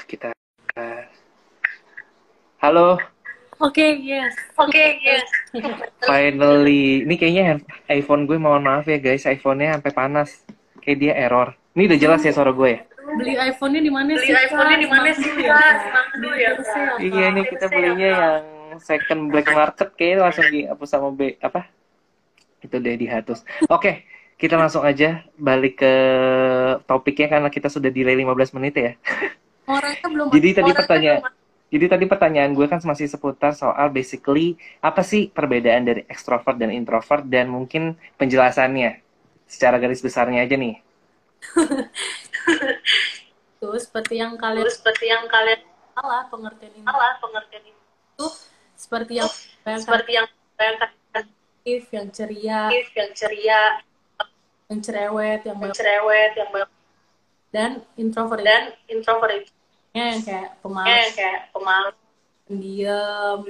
Kita halo. Yes. Finally, ini kayaknya iPhone gue, mohon maaf ya guys, iPhone-nya sampai panas. Kayak dia error. Ini udah jelas ya suara gue ya? Beli iPhone-nya di mana sih, Kak? Iya, ini kita belinya yang second black market, kayaknya langsung dihapus sama apa? Itu deh dihapus. Oke, kita langsung aja balik ke topiknya karena kita sudah delay 15 menit ya. Orangnya belum Jadi tadi pertanyaan gue kan masih seputar soal basically apa sih perbedaan dari ekstrovert dan introvert dan mungkin penjelasannya secara garis besarnya aja nih. tuh seperti yang kalian salah pengertian ini itu seperti yang aktif, yang ceria, yang cerewet, yang dan introvert itu yang kayak pemalu, pendiam,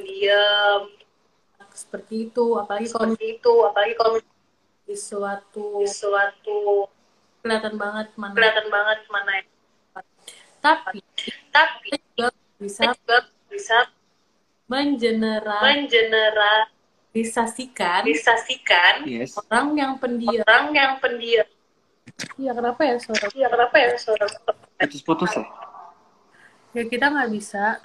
seperti itu. Apalagi kalau di suatu kelihatan banget mana yang tapi juga bisa mengeneralisasikan Yes. orang yang pendiam. Iya, kenapa ya suara? Putus-putus ya. Ya kita nggak bisa.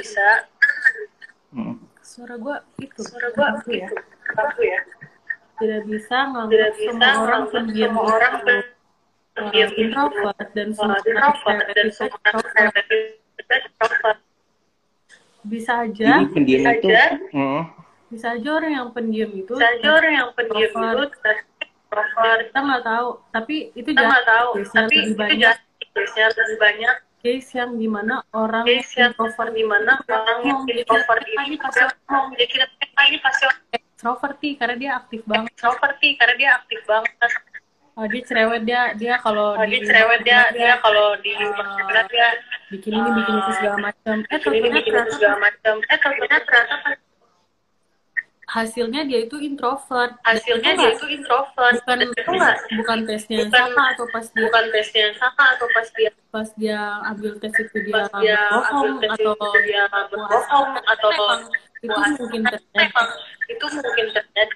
Suara gue itu. Ya. Tidak bisa nganggap semua orang pendiam introvert dan semua extrovert. Bisa aja. Jadi pendiam itu. Bisa aja orang yang pendiam itu. Kita nggak tahu. Tapi itu biasanya lebih banyak. Case yang dimana orang introvert extrovert karena dia aktif banget. Dia cerewet, dia kalau bikin ini bikin itu segala macam. Ternyata hasilnya dia itu introvert. Bukan tesnya yang sama atau pas dia ambil tes itu dia bohong atau itu mungkin terjadi.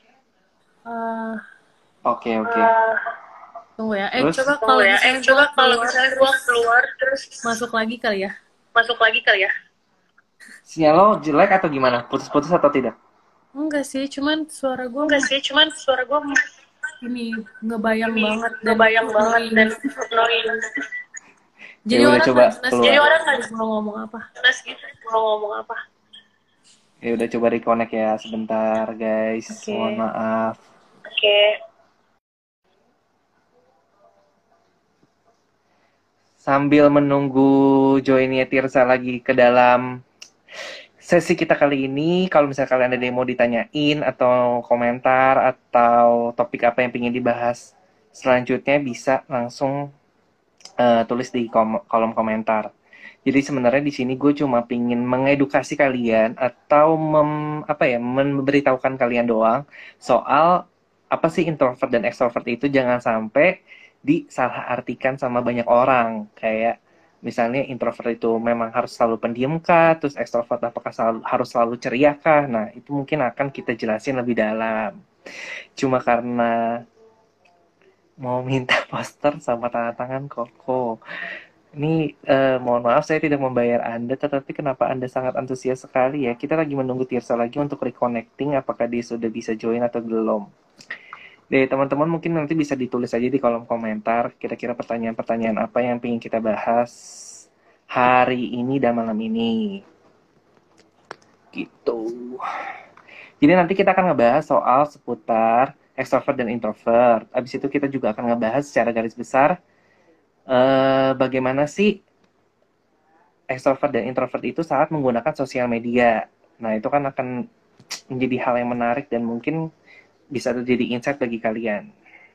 Oke. Tunggu ya. Coba kalau misalnya gua keluar terus masuk lagi kali ya. Sinyal lo jelek atau gimana? Putus-putus atau tidak? Enggak sih, cuman suara gua ini ngebayang banget dan annoying. Jadi ya orang coba nggak mau ngomong apa. Ya udah coba reconnect ya sebentar guys. Mohon maaf. Sambil menunggu joinnya Tirsa lagi ke dalam sesi kita kali ini, kalau misalnya kalian ada yang mau ditanyain atau komentar atau topik apa yang ingin dibahas selanjutnya, bisa langsung tulis di kolom komentar. Jadi sebenarnya di sini gue cuma pingin mengedukasi kalian atau memberitahukan kalian doang soal apa sih introvert dan extrovert itu, jangan sampai disalahartikan sama banyak orang. Kayak misalnya introvert itu memang harus selalu pendiam kah, terus extrovert apakah harus selalu ceria kah? Nah, itu mungkin akan kita jelasin lebih dalam. Cuma karena mau minta poster sama tanda tangan Koko. Ini mohon maaf saya tidak membayar Anda, tetapi kenapa Anda sangat antusias sekali ya? Kita lagi menunggu Tirsa lagi untuk reconnecting, apakah dia sudah bisa join atau belum. Deh teman-teman mungkin nanti bisa ditulis aja di kolom komentar kira-kira pertanyaan-pertanyaan apa yang ingin kita bahas hari ini dan malam ini. Gitu. Jadi nanti kita akan ngebahas soal seputar extrovert dan introvert. Abis itu kita juga akan ngebahas secara garis besar bagaimana sih extrovert dan introvert itu saat menggunakan sosial media. Nah, itu kan akan menjadi hal yang menarik dan mungkin bisa terjadi insight bagi kalian.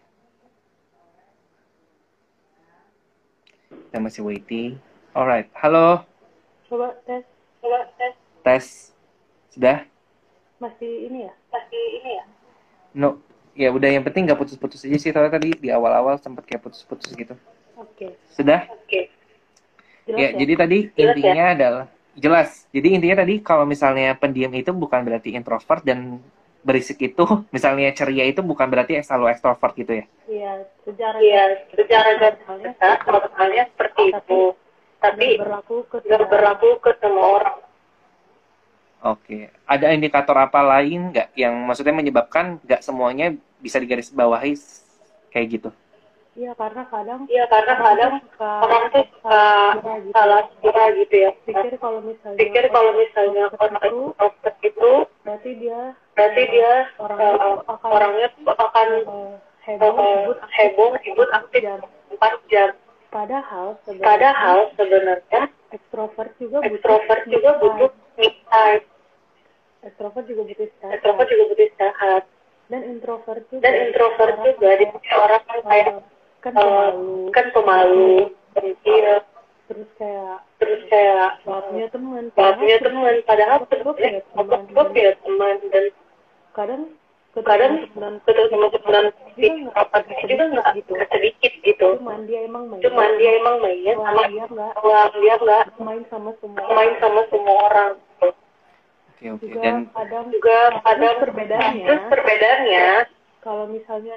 Kita masih waiting. Alright, halo. Coba tes. Tes. Sudah? Masih ini ya? No. Ya udah, yang penting nggak putus-putus aja sih. Soalnya tadi di awal-awal sempat kayak putus-putus gitu. Oke. Sudah? Ya, jadi tadi intinya adalah jelas. Jadi intinya tadi kalau misalnya pendiam itu bukan berarti introvert dan berisik itu, misalnya ceria itu bukan berarti selalu ekstrovert gitu ya? Iya, secara garis besar normalnya seperti itu. Tapi nggak berlaku ke semua orang. Oke. Ada indikator apa lain nggak yang maksudnya menyebabkan nggak semuanya bisa digarisbawahi kayak gitu? Iya, karena kadang orang tuh suka salah kira gitu ya. pikir kalau misalnya orang introvert itu berarti dia orangnya tuh akan heboh, ribut, aktif 4 jam. Padahal sebenarnya ekstrovert juga butuh me time. ekstrovert juga butuh istirahat. dan introvert juga Dia orang yang kayak kan pemalu, pendiam, terus kayak punya teman padahal sebenarnya gue punya teman dan kadang ketemu teman juga nggak gitu sedikit gitu. cuman dia emang main sama dia nggak main sama semua orang. Oke. Juga Dan kadang perbedaannya kalau misalnya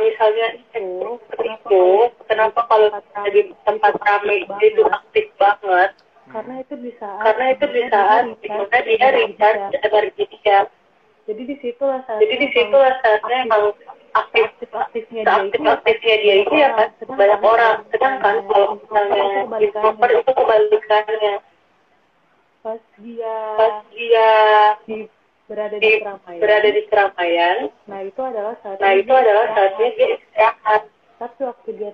itu kenapa kalau di tempat ramai itu aktif banget? Karena itu di saat dimana dia recharge energi dia. Jadi disitulah saatnya emang aktifnya dia itu ya kan banyak orang. Sedangkan kalau misalnya introvert itu kebalikannya. pas dia berada di keramaian, nah itu adalah saatnya dia istirahat. tapi waktu dia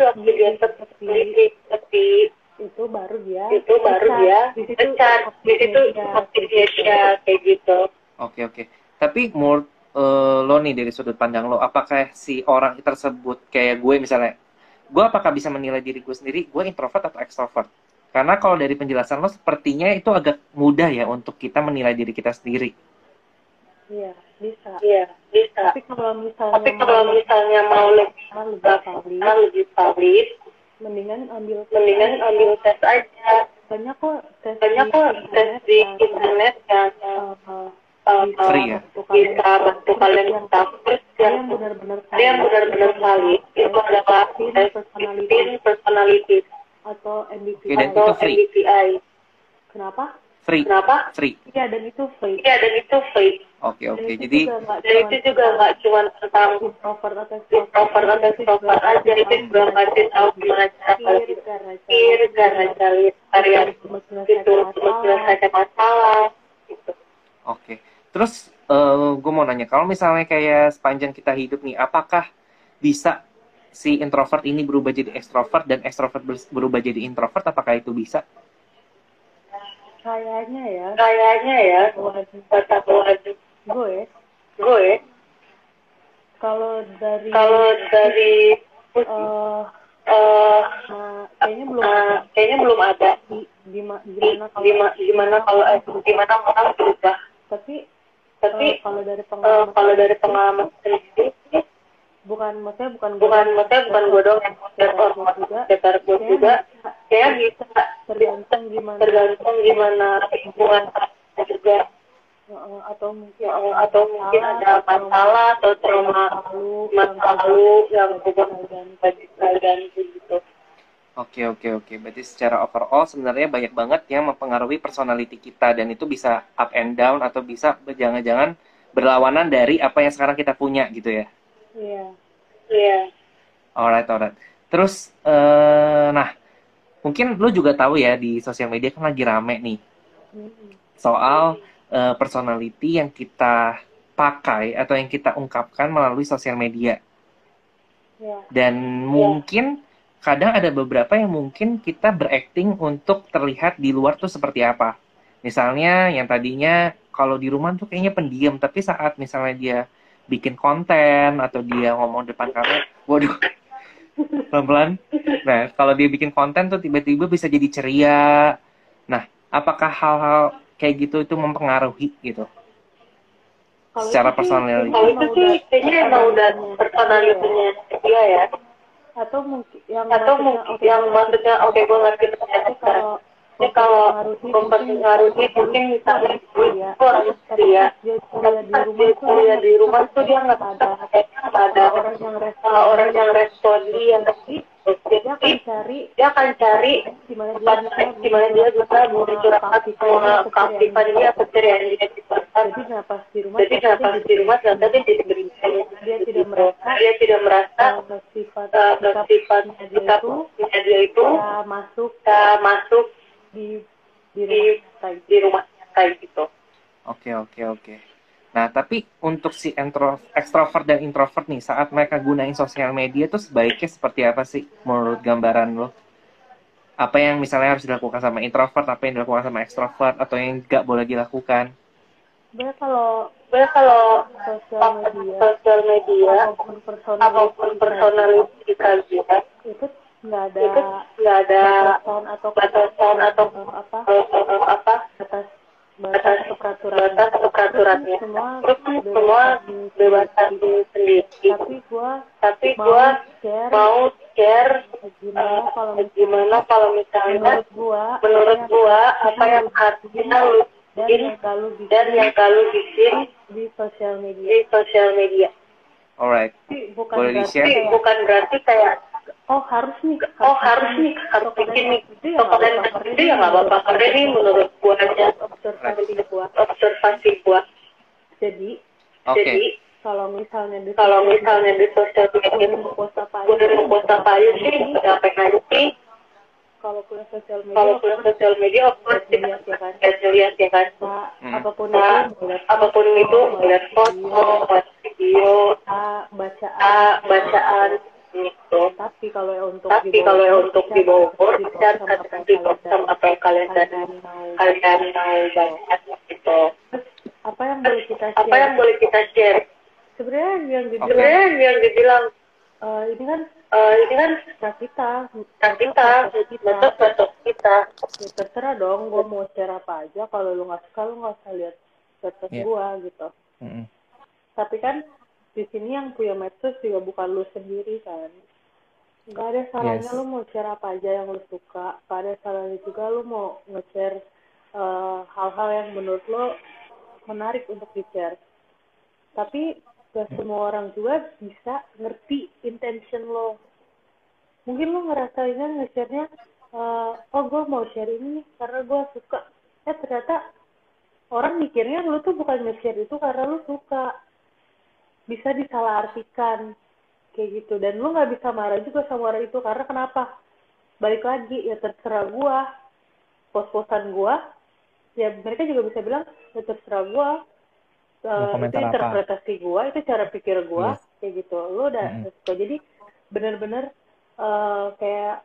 sepi itu baru dia di situ aktifnya dia kayak gitu. Oke. Tapi menurut lo nih dari sudut pandang lo, apakah si orang tersebut kayak gue misalnya, gue apakah bisa menilai diri gue sendiri, gue introvert atau extrovert? Karena kalau dari penjelasan lo sepertinya itu agak mudah ya untuk kita menilai diri kita sendiri. Iya, bisa. Tapi kalau misalnya mau lebih valid, mendingan ambil tes aja. Banyak kok tes di internet yang free ya. Bisa bantu kalian terus yang benar-benar valid itu adalah tes personality atau MBTI. Oke, dan itu free. Kenapa? Free. Iya, dan itu free. Oke. Jadi itu juga nggak cuma tentang introvert atau extrovert aja, itu juga ngasih tahu gimana cara berpikir, cara kalian itu menyelesaikan masalah. Gitu. Oke. Terus gue mau nanya, kalau misalnya kayak sepanjang kita hidup nih, apakah bisa si introvert ini berubah jadi ekstrovert dan ekstrovert berubah jadi introvert? Apakah itu bisa? Kayaknya ya. Wajib. Gue kalau dari kayaknya belum ada gimana kalau orang berubah. Tapi kalau dari pengalaman sendiri bukan bukan gue dong yang sekitar gue juga kayak bisa tergantung gimana hubungan juga atau mungkin ada masalah atau trauma masa lalu yang ganti gitu. Oke. Berarti secara overall sebenarnya banyak banget yang mempengaruhi personality kita dan itu bisa up and down atau bisa jangan-jangan berlawanan dari apa yang sekarang kita punya gitu ya. Iya. Alright. Terus, nah, mungkin lu juga tahu ya di sosial media kan lagi rame nih soal personality yang kita pakai atau yang kita ungkapkan melalui sosial media. Dan mungkin kadang ada beberapa yang mungkin kita berakting untuk terlihat di luar tuh seperti apa. Misalnya yang tadinya kalau di rumah tuh kayaknya pendiam, tapi saat misalnya dia bikin konten atau dia ngomong depan kamera, waduh, pelan-pelan. Nah, kalau dia bikin konten tuh tiba-tiba bisa jadi ceria. Nah, apakah hal-hal kayak gitu itu mempengaruhi gitu? Secara personality. Kalau itu sih kayaknya emang udah personality-nya dia ya. atau mungkin yang maksudnya oke gue ngerti sekarang. Kalau mempengaruhi mungkin misalnya dia orang dia kuliah di rumah tuh dia nggak ada orang yang respon dia, dia akan cari gimana dia bisa mencurahkan semua keaktifan dia pencarian dia di pasar. Jadi pas di rumah ternyata dia jadi berikan, dia tidak merasa sifat dia itu masuk di rumah kayak gitu. Oke. Nah, tapi untuk si extrovert dan introvert nih, saat mereka gunain sosial media tuh sebaiknya seperti apa sih menurut gambaran lo? Apa yang misalnya harus dilakukan sama introvert, apa yang dilakukan sama extrovert, atau yang nggak boleh dilakukan? Sebenarnya kalau sosial media apapun personality kalian itu nggak ada batasan atau apa batas peraturannya. Semua bebas sendiri. Tapi gua mau share gimana kalau misalnya menurut gua apa yang harusnya lu dan yang kalau bikin di sosial media. Alright. Boleh di-share? Bukan berarti kayak harus harus bikin nih konten itu ya nggak apa-apa, karena ini menurut gua aja observasi gua. Jadi kalau misalnya di sosial media gua udah ngepost apa aja sih, ngapain aja sih. Kalau punya sosial media of course lihat ya kan. Apapun itu melihat foto, video, bacaan gitu. Tapi kalau untuk di Bogor dan sama apa yang kalian mau baca gitu. Apa yang boleh kita share? Sebenarnya yang dibilang ini kan kita bentuk kita. Ya, terserah dong, gue mau share apa aja. Kalau lu nggak suka, lu nggak usah lihat status gue gitu. Tapi kan di sini yang punya medsos juga bukan lu sendiri kan. Nggak ada salahnya lu mau share apa aja yang lu suka. Nggak ada salahnya juga lu mau nge-share hal-hal yang menurut lo menarik untuk di-share. Tapi gak semua orang juga bisa ngerti intention lo. Mungkin lo ngerasainnya nge-share-nya gue mau share ini nih karena gue suka. Ternyata orang mikirnya lo tuh bukan nge-share itu karena lo suka. Bisa disalahartikan kayak gitu. Dan lo gak bisa marah juga sama orang itu karena kenapa? Balik lagi, ya terserah gue. Pos-posan gue, ya mereka juga bisa bilang ya terserah gue. Itu interpretasi gue, itu cara pikir gue, kayak gitu. Lo udah suka. Jadi benar-benar kayak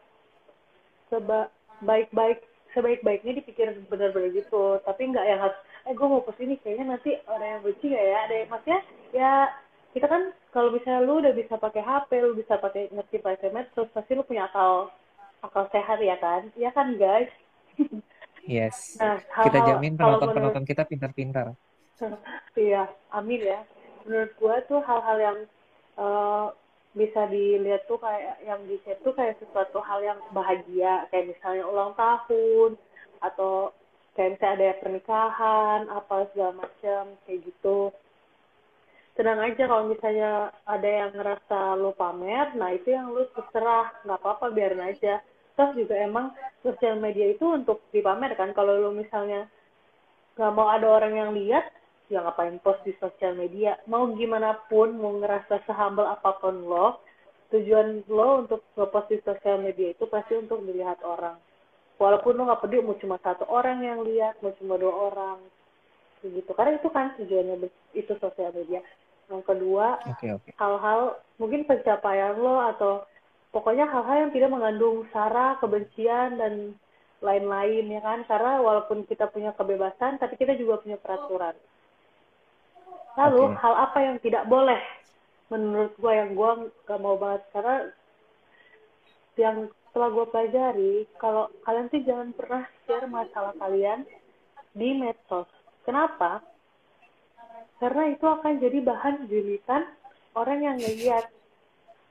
sebaik-baiknya dipikir benar-benar gitu. Tapi nggak yang harus, gue mau post ini kayaknya nanti orang yang benci nggak ya? Ada maksudnya ya kita kan kalau misalnya lo udah bisa pakai HP, lo bisa ngerti pakai medsos, pasti lo punya akal sehat ya kan? Iya kan guys? Yes. Nah, kita jamin penonton kita pintar-pintar. Iya, amin ya. Menurut gue tuh hal-hal yang bisa dilihat tuh kayak yang di-share tuh kayak sesuatu hal yang bahagia, kayak misalnya ulang tahun atau kayak misalnya ada pernikahan apa segala macam kayak gitu. Tenang aja kalau misalnya ada yang ngerasa lo pamer, nah itu yang lo terserah, nggak apa-apa, biarin aja. Terus juga emang sosial media itu untuk dipamer kan. Kalau lo misalnya nggak mau ada orang yang lihat, ya ngapain post di sosial media. Mau gimana pun, mau ngerasa sehumble apapun lo, tujuan lo untuk nge-post di sosial media itu pasti untuk dilihat orang. Walaupun lo nggak peduli mau cuma satu orang yang lihat, mau cuma 2 orang, gitu. Karena itu kan tujuannya itu sosial media. Yang kedua, hal-hal mungkin pencapaian lo atau pokoknya hal-hal yang tidak mengandung sara, kebencian dan lain-lain ya kan. Karena walaupun kita punya kebebasan, tapi kita juga punya peraturan. Lalu hal apa yang tidak boleh menurut gue yang gue gak mau banget, karena yang setelah gue pelajari, kalau kalian tuh jangan pernah share masalah kalian di medsos. Kenapa? Karena itu akan jadi bahan julitan orang yang ngeliat.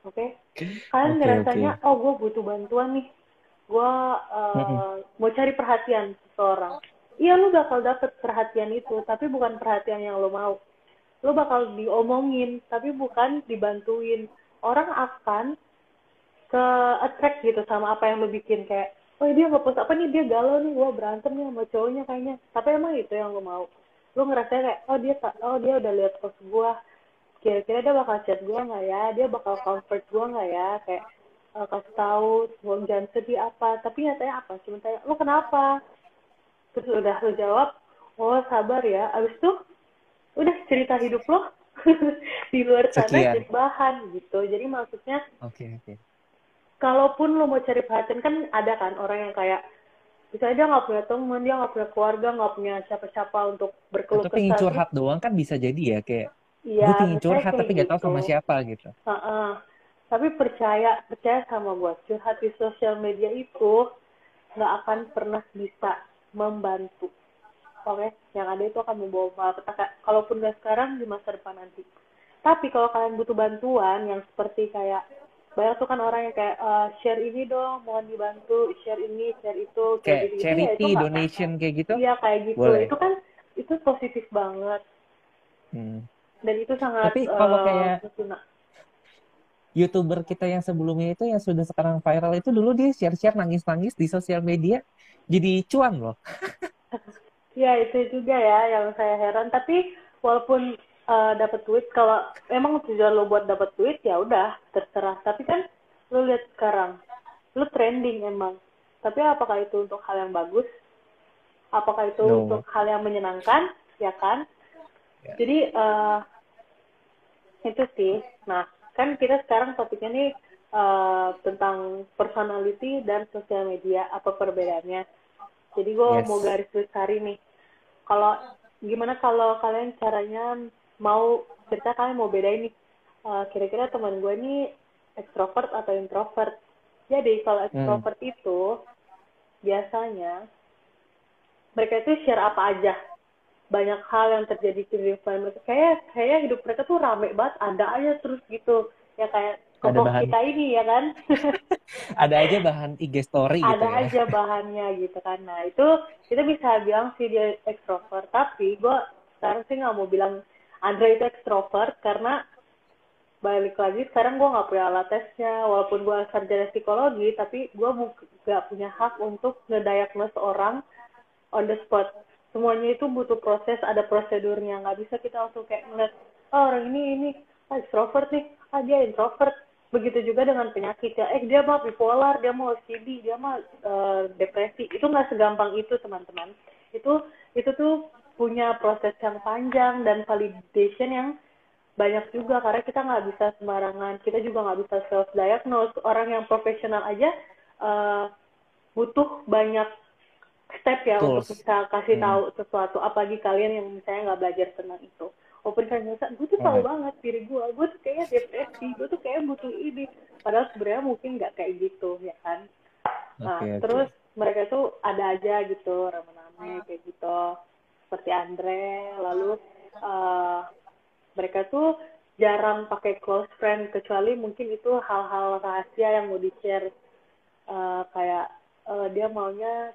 Oke? Kalian ngerasanya, oh gue butuh bantuan nih, gue mau cari perhatian seseorang. Iya, lu bakal dapet perhatian itu, tapi bukan perhatian yang lo mau. Lo bakal diomongin, tapi bukan dibantuin. Orang akan ke attract gitu sama apa yang lo bikin, kayak oh dia nge-post apa nih, dia galau nih, gue berantem nih sama cowoknya kayaknya, tapi emang itu yang lo mau. Lo ngerasa kayak oh dia udah lihat post gue, kira-kira dia bakal chat gue nggak ya, dia bakal comfort gue nggak ya, kayak kasih tahu gue jangan sedih apa, tapi nyatanya apa, cuma tanya lo kenapa, terus udah lo jawab oh sabar ya, abis itu udah cerita hidup lo di luar sana jadi bahan gitu. Jadi maksudnya kalaupun lo mau cari perhatian, kan ada kan orang yang kayak misalnya dia nggak punya teman, dia nggak punya keluarga, nggak punya siapa-siapa untuk berkeluh kesah. Atau pengen curhat doang kan bisa jadi ya, kayak gue pengen curhat tapi nggak tahu sama siapa gitu. Tapi percaya sama gue, curhat di sosial media itu nggak akan pernah bisa membantu. Oke, yang ada itu akan membawa malapetaka. Kalaupun nggak sekarang, di masa depan nanti. Tapi kalau kalian butuh bantuan yang seperti kayak banyak tuh kan orang yang kayak share ini dong, mohon dibantu, share ini, share itu, kayak gitu, charity, ya, donation kayak gitu. Iya kayak gitu. Boleh. Itu kan itu positif banget. Dan itu sangat. Tapi kalau kayak YouTuber kita yang sebelumnya itu yang sudah sekarang viral itu, dulu dia share-share nangis-nangis di sosial media, jadi cuan loh. Ya itu juga ya yang saya heran. Tapi walaupun dapat duit, kalau emang tujuan lo buat dapat duit ya udah terserah. Tapi kan lo lihat sekarang, lo trending emang. Tapi apakah itu untuk hal yang bagus? Apakah itu untuk hal yang menyenangkan? Ya kan? Yeah. Jadi itu sih. Nah kan kita sekarang topiknya nih tentang personality dan sosial media. Apa perbedaannya? Jadi gue mau garis besari nih. Gimana kalau kalian caranya mau cerita, kalian mau bedain nih. Kira-kira teman gue ini ekstrovert atau introvert. Jadi kalau ekstrovert itu biasanya mereka itu share apa aja. Banyak hal yang terjadi di kehidupan mereka. Kayak hidup mereka tuh rame banget, ada aja terus gitu. Ya kayak kelompok kita ini ya kan. Ada aja bahan IG story gitu ya. Ada aja bahannya gitu kan. Nah itu kita bisa bilang sih dia ekstrovert. Tapi gue sekarang sih nggak mau bilang Andre itu ekstrovert, karena balik lagi sekarang gue nggak punya alat tesnya. Walaupun gue sarjana psikologi, tapi gue nggak punya hak untuk ngediagnose orang on the spot. Semuanya itu butuh proses, ada prosedurnya. Nggak bisa kita langsung kayak ngeliat, oh orang ini ekstrovert nih, dia introvert. Begitu juga dengan penyakit ya, dia mah bipolar, dia mah OCD, dia mah depresi. Itu nggak segampang itu teman-teman. Itu tuh punya proses yang panjang dan validation yang banyak juga, karena kita nggak bisa sembarangan, kita juga nggak bisa self-diagnose. Orang yang profesional aja butuh banyak step ya untuk bisa kasih tahu sesuatu, apalagi kalian yang misalnya nggak belajar tentang itu. Open kalian ngerasa, gue tuh tahu banget diri gue tuh kayaknya depresi, gue tuh kayak butuh ini, padahal sebenarnya mungkin nggak kayak gitu ya kan. Nah terus mereka tuh ada aja gitu rame-rame kayak gitu seperti Andre. Lalu mereka tuh jarang pakai close friend, kecuali mungkin itu hal-hal rahasia yang mau di-share, kayak dia maunya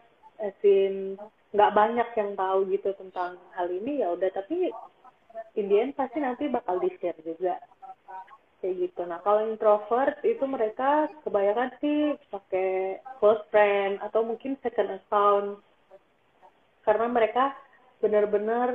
nggak banyak yang tahu gitu tentang hal ini, ya udah. Tapi in the end pasti nanti bakal di-share juga kayak gitu. Nah kalau introvert itu mereka kebanyakan sih pakai close friend atau mungkin second account, karena mereka benar-benar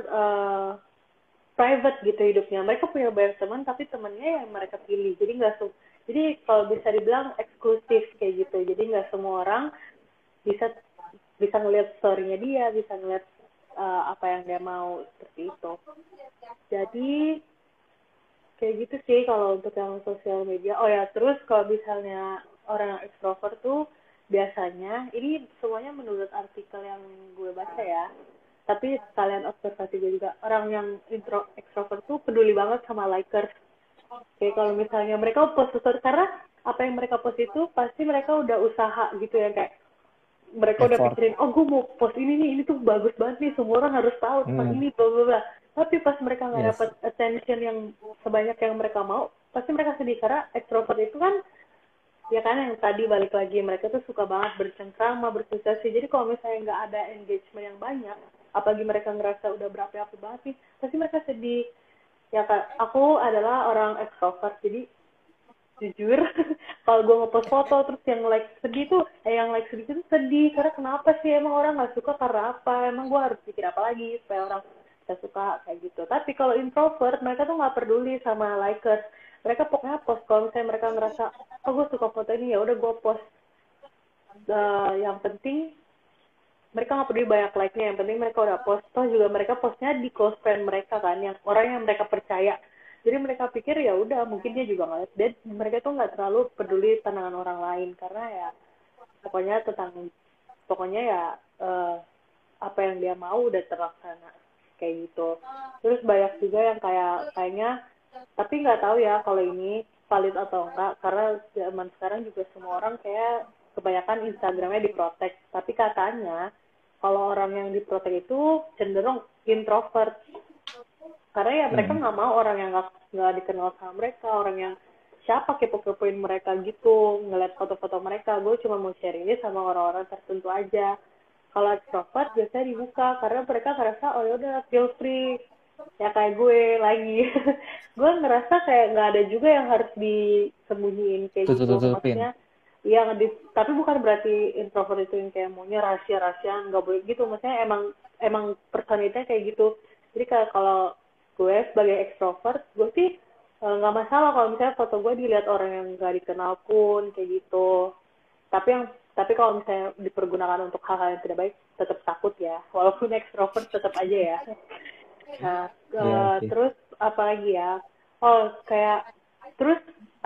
private gitu hidupnya. Mereka punya banyak teman, tapi temannya yang mereka pilih. Jadi kalau bisa dibilang eksklusif kayak gitu. Jadi nggak semua orang bisa ngeliat story-nya dia, bisa ngeliat apa yang dia mau, seperti itu. Jadi kayak gitu sih kalau untuk yang sosial media. Oh ya, terus kalau misalnya orang yang ekstrovert tuh biasanya, ini semuanya menurut artikel yang gue baca ya, tapi kalian observasi gue juga, orang yang ekstrovert tuh peduli banget sama likers. Kayak kalau misalnya mereka post sesuatu, karena apa yang mereka post itu pasti mereka udah usaha gitu ya, kayak mereka udah pikirin, oh gue mau post ini tuh bagus banget nih, semua orang harus tahu tentang ini, bla bla bla. Tapi pas mereka nggak dapat attention yang sebanyak yang mereka mau, pasti mereka sedih karena ekstrovert itu kan ya kan yang tadi balik lagi mereka tuh suka banget bercengkrama, bersosialisasi. Jadi kalau misalnya nggak ada engagement yang banyak, apalagi mereka ngerasa udah berapi-api banget nih, pasti mereka sedih. Ya kan, aku adalah orang ekstrovert, jadi jujur kalau gue ngepost foto terus yang like sedih itu sedih karena kenapa sih emang orang nggak suka karena apa, emang gue harus pikir apa lagi supaya orang bisa suka kayak gitu. Tapi kalau introvert mereka tuh nggak peduli sama likers, mereka pokoknya post kalau misalnya mereka ngerasa oh gue suka foto ini ya udah gue post. Yang penting mereka nggak peduli banyak like-nya, yang penting mereka udah post. Toh juga mereka postnya di close friend mereka kan, yang orang yang mereka percaya. Jadi mereka pikir ya udah mungkin dia juga ngeliat, dan mereka tuh nggak terlalu peduli pandangan orang lain karena ya pokoknya ya apa yang dia mau udah terlaksana kayak gitu. Terus banyak juga yang kayaknya tapi nggak tahu ya kalau ini valid atau enggak karena zaman sekarang juga semua orang kayak kebanyakan Instagramnya diprotek, tapi katanya kalau orang yang diprotek itu cenderung introvert karena ya mereka nggak mau orang yang nggak dikenal sama mereka, orang yang siapa kepo-kepoin mereka gitu, ngeliat foto-foto mereka. Gue cuma mau share ini sama orang-orang tertentu aja. Kalau extrovert biasanya dibuka karena mereka ngerasa oh yaudah feel free, ya kayak gue lagi. Gue ngerasa kayak nggak ada juga yang harus disembunyiin kayak gitu. Maksudnya ya tapi bukan berarti introvert itu yang kayak maunya rahasia-rahasiaan, nggak boleh gitu. Maksudnya emang personalitinya kayak gitu. Jadi kalau gue sebagai ekstrovert, gue sih nggak masalah kalau misalnya foto gue dilihat orang yang nggak dikenal pun kayak gitu. Tapi kalau misalnya dipergunakan untuk hal-hal yang tidak baik, tetap takut ya. Walaupun ekstrovert tetap aja ya. Nah, terus apa lagi ya? Oh, kayak terus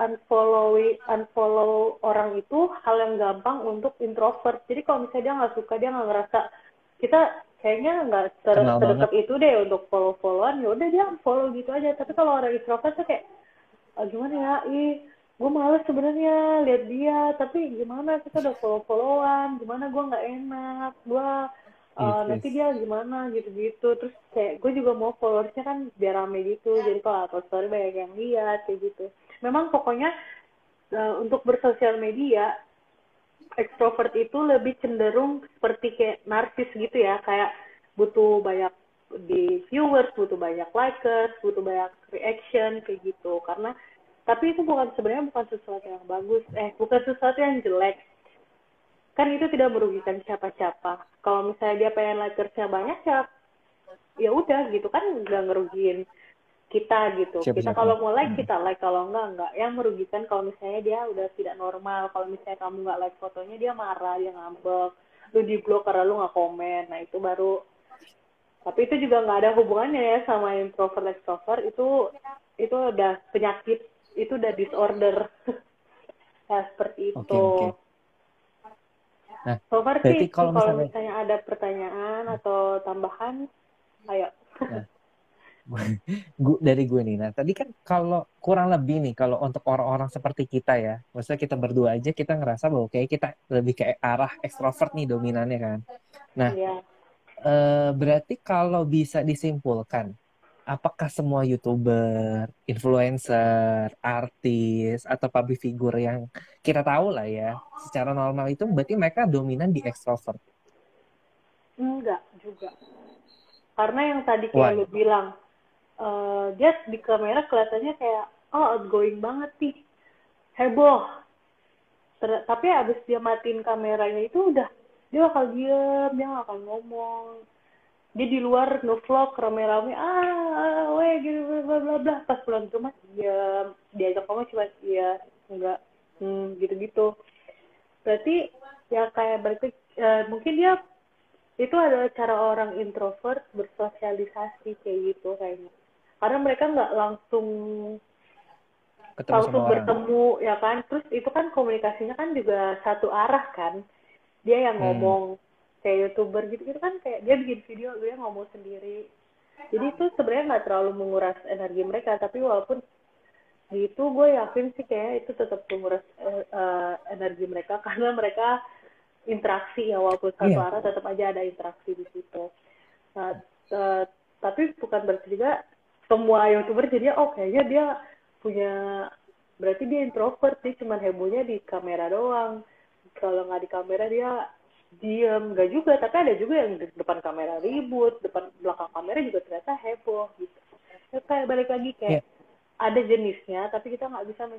unfollow orang itu hal yang gampang untuk introvert. Jadi kalau misalnya dia nggak suka, dia nggak ngerasa kita kayaknya nggak terdekat itu deh untuk follow-followan, ya udah dia follow gitu aja. Tapi kalau orang introvert tuh kayak gimana ya, gue males sebenarnya lihat dia, tapi gimana kita udah follow-followan, gimana gue nggak enak, gue nanti dia gimana gitu-gitu. Terus kayak gue juga mau followersnya kan biar rame gitu, jadi kalau upload story banyak yang lihat kayak gitu. Memang pokoknya untuk bersosial media ekstrovert itu lebih cenderung seperti kayak narsis gitu ya, kayak butuh banyak di viewers, butuh banyak likers, butuh banyak reaction kayak gitu. Karena tapi itu sebenarnya bukan sesuatu yang bagus, bukan sesuatu yang jelek. Kan itu tidak merugikan siapa-siapa. Kalau misalnya dia pengen likersnya banyak ya udah gitu kan, nggak ngerugiin kita gitu. Kita kalau mau like kita like, kalau enggak. Yang merugikan kalau misalnya dia udah tidak normal, kalau misalnya kamu nggak like fotonya dia marah, dia ngambek, lu di blok karena lu nggak komen. Nah itu baru. Tapi itu juga nggak ada hubungannya ya sama introvert extrovert, itu udah penyakit, itu udah disorder. Ya seperti itu. Nah, so far sih kalau misalnya ada pertanyaan atau tambahan, ayo. Nah, dari gue nih, nah tadi kan kalau kurang lebih nih, kalau untuk orang-orang seperti kita ya, maksudnya kita berdua aja kita ngerasa bahwa kayak kita lebih ke arah ekstrovert nih dominannya kan. Nah, berarti kalau bisa disimpulkan, apakah semua YouTuber, influencer, artis, atau public figure yang kita tahu lah ya, secara normal itu berarti mereka dominan di ekstrovert? Enggak juga. Karena yang tadi kayak lu bilang, dia di kamera kelihatannya kayak outgoing banget nih, heboh. Tapi abis dia matiin kameranya itu udah dia bakal diem, dia gak akan ngomong. Dia di luar nge-vlog rame-rame, gitu bla bla bla. Pas pulang ke rumah diem, diajak ngomong cuma iya, enggak, gitu-gitu. Berarti ya kayak berarti mungkin dia itu adalah cara orang introvert bersosialisasi kayak gitu kayaknya. Karena mereka nggak langsung bertemu ya kan. Terus itu kan komunikasinya kan juga satu arah kan. Dia yang ngomong kayak YouTuber gitu kan, kayak dia bikin video dia ngomong sendiri. Jadi itu sebenarnya nggak terlalu menguras energi mereka, tapi walaupun gitu gue yakin sih kayak itu tetap menguras energi mereka karena mereka interaksi ya, walaupun satu arah tetap aja ada interaksi di situ. Nah, tapi bukan berarti juga semua YouTuber jadi kayaknya dia punya berarti dia introvert, dia cuma hebohnya di kamera doang. Kalau nggak di kamera dia diem. Nggak juga, tapi ada juga yang di depan kamera ribut, depan belakang kamera juga ternyata heboh gitu. Ya, kayak balik lagi kayak ada jenisnya, tapi kita nggak bisa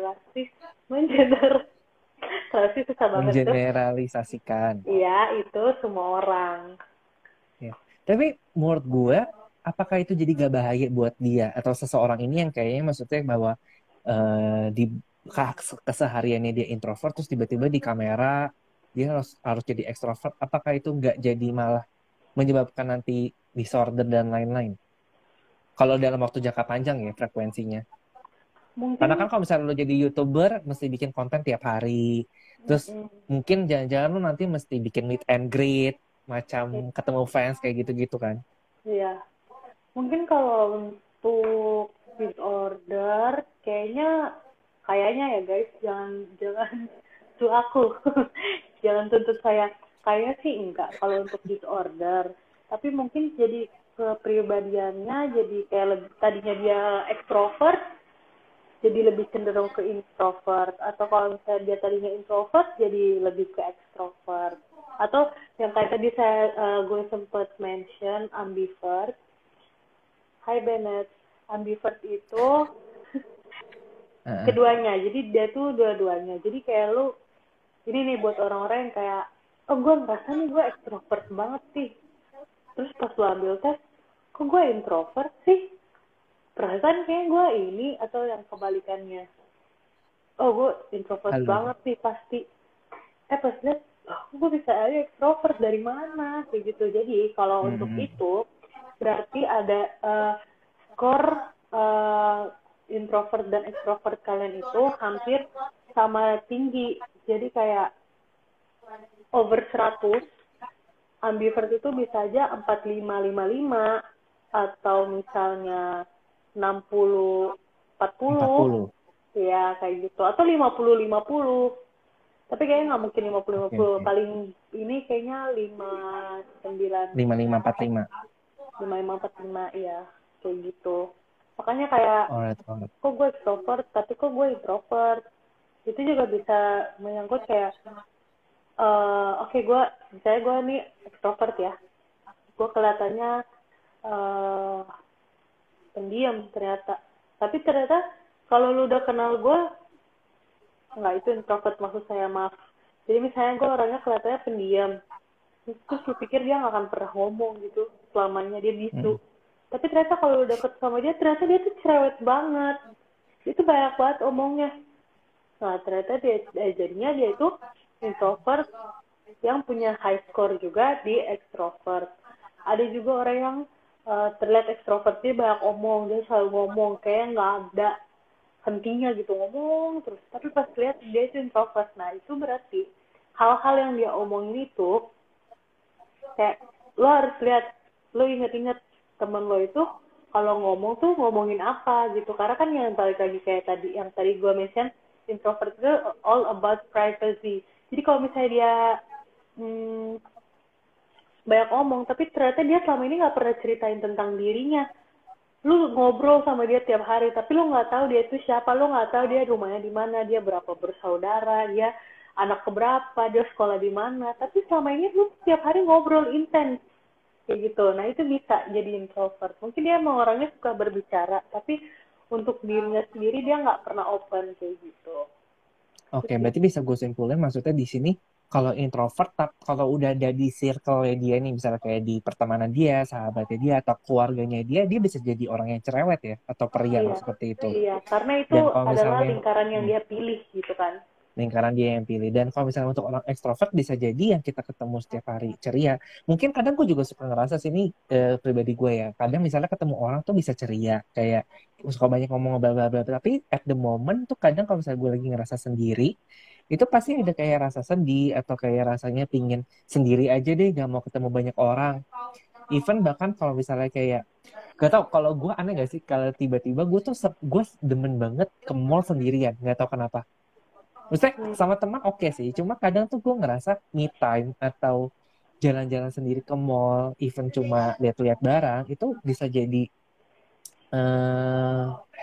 mengeneralisasi susah banget tuh. Mengeneralisasikan. Iya, itu semua orang. Ya. Tapi menurut gue, apakah itu jadi gak bahaya buat dia atau seseorang ini yang kayaknya maksudnya bahwa di kesehariannya dia introvert terus tiba-tiba di kamera dia harus jadi ekstrovert, apakah itu nggak jadi malah menyebabkan nanti disorder dan lain-lain? Kalau dalam waktu jangka panjang ya frekuensinya. Karena kan Mungkin kalau misalnya lo jadi YouTuber mesti bikin konten tiap hari. Terus mungkin jangan-jangan lo nanti mesti bikin meet and greet, macam ketemu fans kayak gitu-gitu kan. iya. Mungkin kalau untuk disorder kayaknya ya guys, jangan tuh aku. Jangan tuntut saya. Kayaknya sih enggak kalau untuk disorder. Tapi mungkin jadi kepribadiannya jadi kayak tadinya dia ekstrovert jadi lebih cenderung ke introvert, atau kalau misalnya dia tadinya introvert jadi lebih ke ekstrovert, atau yang kayak tadi gue sempat mention ambivert. Hai Bennett, ambivert itu keduanya, jadi dia tuh dua-duanya. Jadi kayak lu ini nih buat orang-orang yang kayak gue ngerasa nih gue ekstrovert banget sih, terus pas lu ambil tes kok gue introvert sih, perasaan kayak gue ini, atau yang kebalikannya, gue introvert banget sih pasti, pas lihat gue bisa aja ekstrovert dari mana kayak gitu. Jadi kalau untuk itu berarti ada skor introvert dan ekstrovert kalian itu hampir sama tinggi. Jadi kayak over 100, ambivert itu bisa aja 45-55 atau misalnya 60-40, ya kayak gitu, atau 50-50. Tapi kayaknya nggak mungkin 50-50. Paling ini kayaknya 55-45. 55-45, ya kayak gitu. Makanya kayak kok gue extrovert tapi kok gue introvert, itu juga bisa menyangkut kayak oke, misalnya gue nih extrovert ya, gue kelihatannya pendiam ternyata, tapi ternyata kalau lu udah kenal gue, nggak, itu introvert maksud saya, maaf. Jadi misalnya gue orangnya kelihatannya pendiam, terus lu pikir dia nggak akan pernah ngomong gitu selamanya, dia bisu. Tapi ternyata kalau lu deket sama dia, ternyata dia tuh cerewet banget, itu banyak banget omongnya. Nah ternyata jadinya dia itu introvert yang punya high score juga di extrovert. Ada juga orang yang terlihat ekstrovert, dia banyak omong, dia selalu ngomong kayak nggak ada hentinya gitu, ngomong terus. Tapi pas lihat dia itu introvert. Nah itu berarti hal-hal yang dia omongin itu kayak lo harus lihat, lo inget-inget temen lo itu kalau ngomong tuh ngomongin apa gitu. Karena kan yang balik lagi kayak tadi yang tadi gue mention, introvert itu all about privacy. Jadi kalau misalnya dia banyak omong, tapi ternyata dia selama ini nggak pernah ceritain tentang dirinya. Lu ngobrol sama dia tiap hari, tapi lu nggak tahu dia itu siapa, lu nggak tahu dia rumahnya di mana, dia berapa bersaudara, dia anak keberapa, dia sekolah di mana. Tapi selama ini lu tiap hari ngobrol intens kayak gitu. Nah itu bisa jadi introvert. Mungkin dia emang orangnya suka berbicara, tapi untuk dirinya sendiri dia nggak pernah open kayak gitu. Oke, berarti bisa gue simpulin maksudnya di sini kalau introvert, kalau udah ada di circle dia nih, misalnya kayak di pertemanan dia, sahabatnya dia, atau keluarganya dia bisa jadi orang yang cerewet ya, atau periang seperti itu. Iya, karena itu adalah lingkaran yang dia pilih gitu kan. Lingkaran dia yang pilih. Dan kalau misalnya untuk orang ekstrovert bisa jadi yang kita ketemu setiap hari ceria. Mungkin kadang gue juga suka ngerasa sih, ini pribadi gue ya. Kadang misalnya ketemu orang tuh bisa ceria, kayak suka banyak ngomong bla bla bla. Tapi at the moment tuh kadang kalau misalnya gue lagi ngerasa sendiri, itu pasti ada kayak rasa sedih atau kayak rasanya pingin sendiri aja deh, gak mau ketemu banyak orang. Even bahkan kalau misalnya kayak gak tau, kalau gue aneh gak sih kalau tiba-tiba gue demen banget ke mall sendirian, gak tau kenapa. Maksudnya sama teman oke sih, cuma kadang tuh gue ngerasa me time atau jalan-jalan sendiri ke mall, even cuma lihat-lihat barang, itu bisa jadi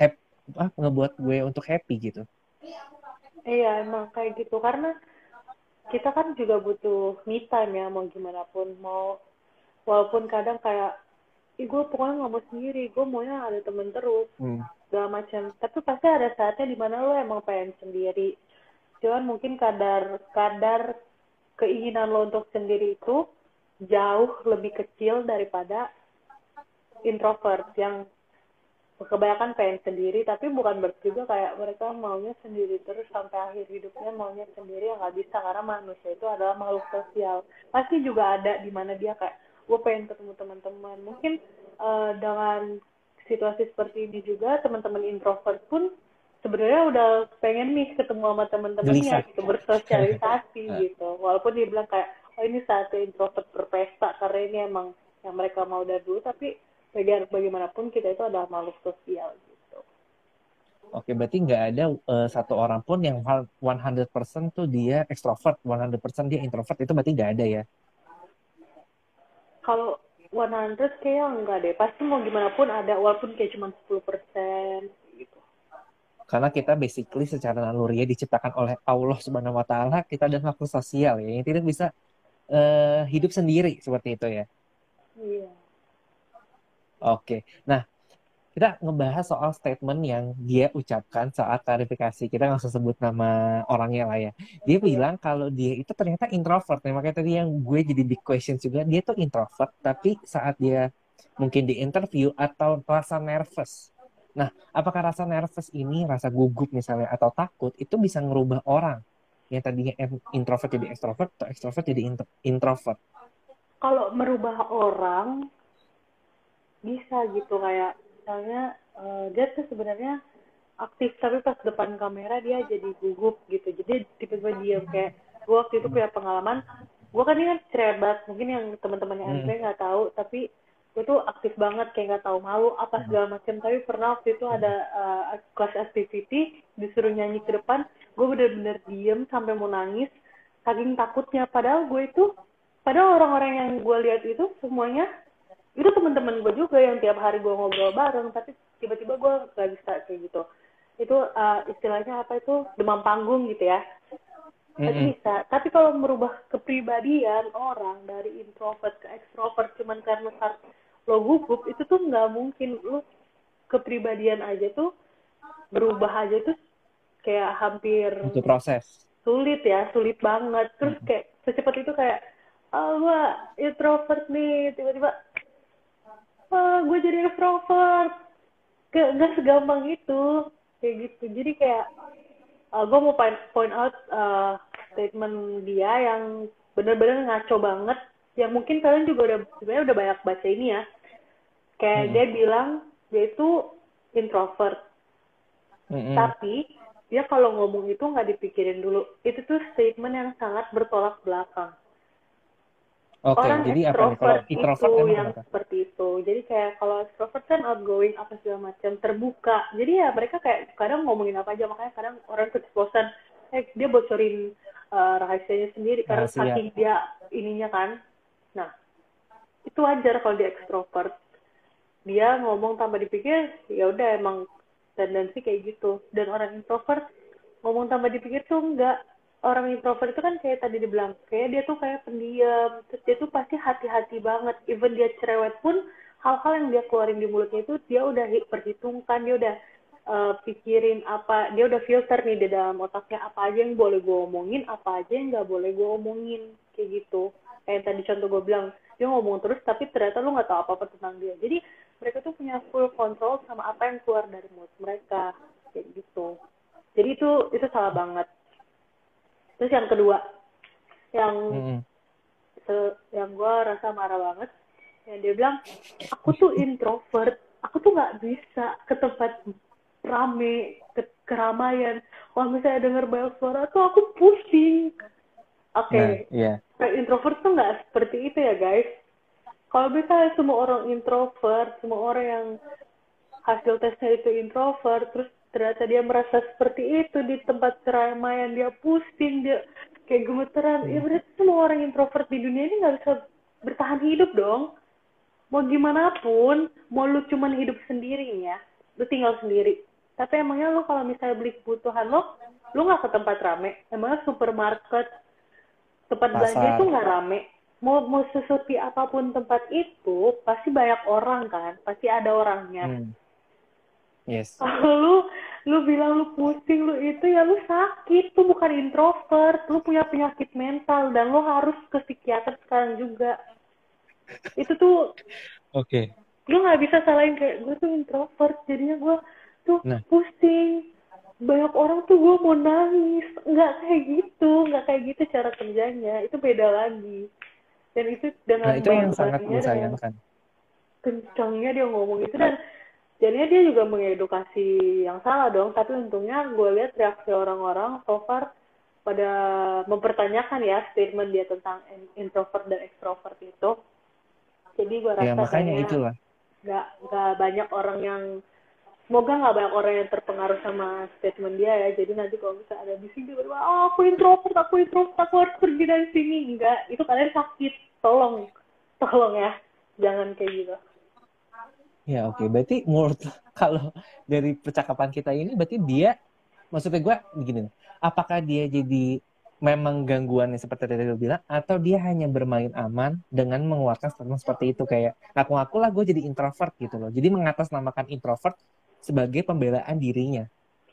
ngebuat gue untuk happy gitu. Iya, emang kayak gitu. Karena kita kan juga butuh me time ya, mau gimana pun. Walaupun kadang kayak, gue pokoknya nggak mau sendiri, gue maunya ada temen terus, segala macam. Tapi pasti ada saatnya dimana lo emang pengen sendiri. Cuman mungkin kadar keinginan lo untuk sendiri itu jauh lebih kecil daripada introvert yang kebanyakan pengen sendiri, tapi bukan berarti juga kayak mereka maunya sendiri terus sampai akhir hidupnya maunya sendiri, yang nggak bisa, karena manusia itu adalah makhluk sosial. Pasti juga ada di mana dia kayak, gue pengen ketemu teman-teman. Mungkin dengan situasi seperti ini juga teman-teman introvert pun sebenarnya udah pengen nih ketemu sama teman-temannya gitu, bersosialisasi gitu. Walaupun dia bilang kayak, oh ini saatnya introvert berpesta karena ini emang yang mereka mau dari dulu, tapi bagaimanapun kita itu adalah makhluk sosial gitu. Oke, berarti nggak ada satu orang pun yang 100% tuh dia ekstrovert, 100% dia introvert, itu berarti nggak ada ya? Kalau 100 kayaknya enggak deh. Pasti mau gimana pun ada, walaupun kayak cuma 10% gitu. Karena kita basically secara naluriah diciptakan oleh Allah Subhanahu wa Ta'ala, kita adalah makhluk sosial ya, yang tidak bisa hidup sendiri seperti itu ya. Iya. Oke, nah kita ngebahas soal statement yang dia ucapkan saat klarifikasi. Kita nggak usah sebut nama orangnya lah ya. Dia bilang kalau dia itu ternyata introvert. Nah, makanya tadi yang gue jadi big question juga, dia tuh introvert, tapi saat dia mungkin di interview atau rasa nervous. Nah, apakah rasa nervous ini, rasa gugup misalnya, atau takut, itu bisa ngerubah orang yang tadinya introvert jadi extrovert, atau extrovert jadi introvert? Kalau merubah orang, bisa gitu. Kayak misalnya dia tuh sebenarnya aktif, tapi pas depan kamera dia jadi gugup gitu. Jadi tiba-tiba diam. Kayak gue waktu itu punya pengalaman, gue kan ini kan cerebat, mungkin yang teman-temannya Andre nggak tahu, tapi gue tuh aktif banget, kayak nggak tahu malu apa segala macam. Tapi pernah waktu itu ada kelas activity, disuruh nyanyi ke depan, gue bener-bener diem sampai mau nangis saking takutnya. Padahal orang-orang yang gue lihat itu semuanya itu teman-teman gue juga yang tiap hari gue ngobrol bareng, tapi tiba-tiba gue nggak bisa kayak gitu. Itu istilahnya apa, itu demam panggung gitu ya. Tapi bisa. Tapi kalau merubah kepribadian orang dari introvert ke extrovert cuman karena lo gugup, itu tuh nggak mungkin. Lo kepribadian aja tuh berubah aja tuh kayak hampir Untuk proses. Sulit banget. Terus kayak secepat itu kayak, gue introvert nih, tiba-tiba gue jadi extrovert. Gak segampang itu kayak gitu. Jadi kayak gue mau point out statement dia yang bener-bener ngaco banget, yang mungkin kalian juga sebenarnya udah banyak baca ini ya. Kayak dia bilang dia itu introvert, tapi dia kalau ngomong itu nggak dipikirin dulu. Itu tuh statement yang sangat bertolak belakang. Orang jadi extrovert itu yang seperti itu. Jadi kayak kalau extrovert kan outgoing apa segala macam, terbuka. Jadi ya mereka kayak kadang ngomongin apa aja, makanya kadang orang keceplosan, dia bocorin rahasianya sendiri karena saking dia ininya kan. Nah, itu wajar kalau dia extrovert. Dia ngomong tanpa dipikir, ya udah emang tendensi kayak gitu. Dan orang introvert ngomong tanpa dipikir tuh enggak. Orang introvert itu kan kayak tadi dibilang, kayak dia tuh kayak pendiam, terus dia tuh pasti hati-hati banget. Even dia cerewet pun, hal-hal yang dia keluarin di mulutnya itu dia udah perhitungkan, dia udah pikirin apa, dia udah filter nih di dalam otaknya, apa aja yang boleh gue omongin, apa aja yang nggak boleh gue omongin, kayak gitu. Kayak tadi contoh gue bilang, dia ngomong terus tapi ternyata lu nggak tahu apa-apa tentang dia. Jadi mereka tuh punya full control sama apa yang keluar dari mulut mereka, kayak gitu. Jadi itu salah banget. Terus yang kedua, yang gue rasa marah banget, yang dia bilang, aku tuh introvert, aku tuh nggak bisa ke tempat rame, ke keramaian. Kalau misalnya denger banyak suara tuh aku pusing. Oke. Introvert tuh nggak seperti itu ya guys. Kalau misalnya semua orang introvert, semua orang yang hasil tesnya itu introvert, terus ternyata dia merasa seperti itu di tempat keramaian, dia pusing, dia kayak gemeteran, ya berarti semua orang introvert di dunia ini nggak bisa bertahan hidup dong. Mau gimana pun, mau lu cuman hidup sendiri ya, lu tinggal sendiri, Tapi emangnya lu kalau misalnya beli kebutuhan lu nggak ke tempat rame? Emangnya supermarket, tempat belanja itu Pasar. nggak rame? Mau sesepi apapun tempat itu, pasti banyak orang kan? Pasti ada orangnya. Yes. Kalau lu bilang lu pusing, lu itu ya lu sakit, tuh bukan introvert, lu punya penyakit mental dan lu harus ke psikiater sekarang juga. Itu tuh Oke. lu nggak bisa salahin kayak gue tuh introvert, jadinya gue tuh Nah, pusing, banyak orang tuh gue mau nangis, nggak kayak gitu cara kerjanya, itu beda lagi. Dan itu dengan itu yang sangat baik-baiknya, dengan disayangkan. kencangnya dia ngomong itu, dan jadinya dia juga mengedukasi yang salah dong. Tapi untungnya gue lihat reaksi orang-orang so far pada mempertanyakan ya statement dia tentang introvert dan extrovert itu. Jadi gue Ya, rasa makanya kayaknya itulah. nggak banyak orang yang, semoga nggak banyak orang yang terpengaruh sama statement dia ya. Jadi nanti kalau misalnya ada di sini berdua, oh, aku introvert, aku harus pergi dari sini. Enggak, itu kalian sakit. Tolong ya, jangan kayak gitu. Ya, oke. Berarti menurut kalau dari percakapan kita ini, berarti dia, maksudnya gue begini, apakah dia jadi memang gangguannya seperti tadi lo bilang, atau dia hanya bermain aman dengan mengeluarkan statement seperti itu, kayak ngaku-ngaku lah gue jadi introvert gitu loh. Jadi mengatasnamakan introvert sebagai pembelaan dirinya.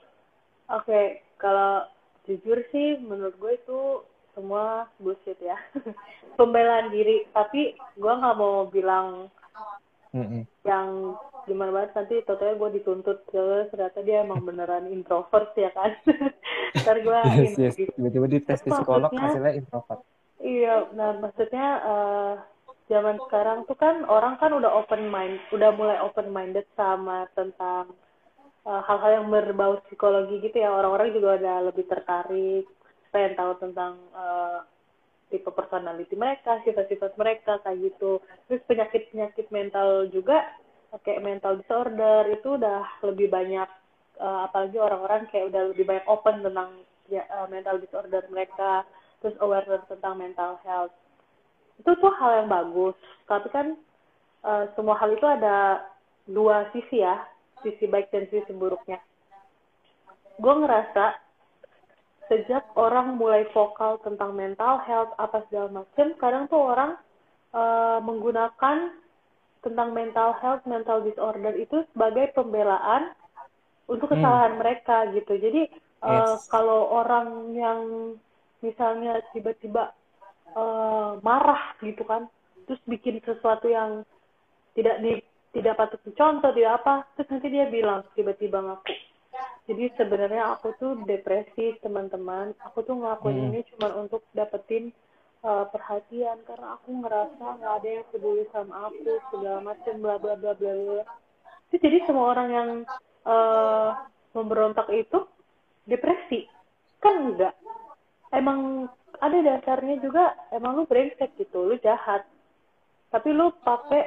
Oke, kalau jujur sih menurut gue itu semua bullshit ya. Pembelaan diri, tapi gue nggak mau bilang Mm-mm. yang gimana banget, nanti totalnya gue dituntut ternyata dia emang beneran introvert ya kan. Ntar gue Yes, ini yes. Tiba-tiba di tes tapi psikolog maksudnya, hasilnya introvert. iya, nah maksudnya zaman sekarang tuh kan orang kan udah mulai open minded sama tentang hal-hal yang berbau psikologi gitu ya. Orang-orang juga udah lebih tertarik, pengen tahu tentang tipe personality mereka, sifat-sifat mereka kayak gitu. Terus penyakit-penyakit mental juga, kayak mental disorder itu udah lebih banyak, apalagi orang-orang kayak udah lebih banyak open tentang ya, mental disorder mereka, terus awareness tentang mental health. Itu tuh hal yang bagus, tapi kan semua hal itu ada dua sisi ya, sisi baik dan sisi buruknya. Gue ngerasa sejak orang mulai vokal tentang mental health apa segala macam, kadang tuh orang menggunakan tentang mental health, mental disorder itu sebagai pembelaan untuk kesalahan mereka gitu. Jadi Yes. kalau orang yang misalnya tiba-tiba marah gitu kan, terus bikin sesuatu yang tidak di tidak patut dicontoh, tidak apa, terus nanti dia bilang tiba-tiba ngaku, jadi sebenarnya aku tuh depresi teman-teman, aku tuh ngelakuin ini cuma untuk dapetin perhatian karena aku ngerasa nggak ada yang peduli sama aku segala macam bla bla bla bla bla. Jadi semua orang yang memberontak itu depresi kan? Enggak, emang ada dasarnya juga, emang lu brengsek gitu, lu jahat, tapi lu pakai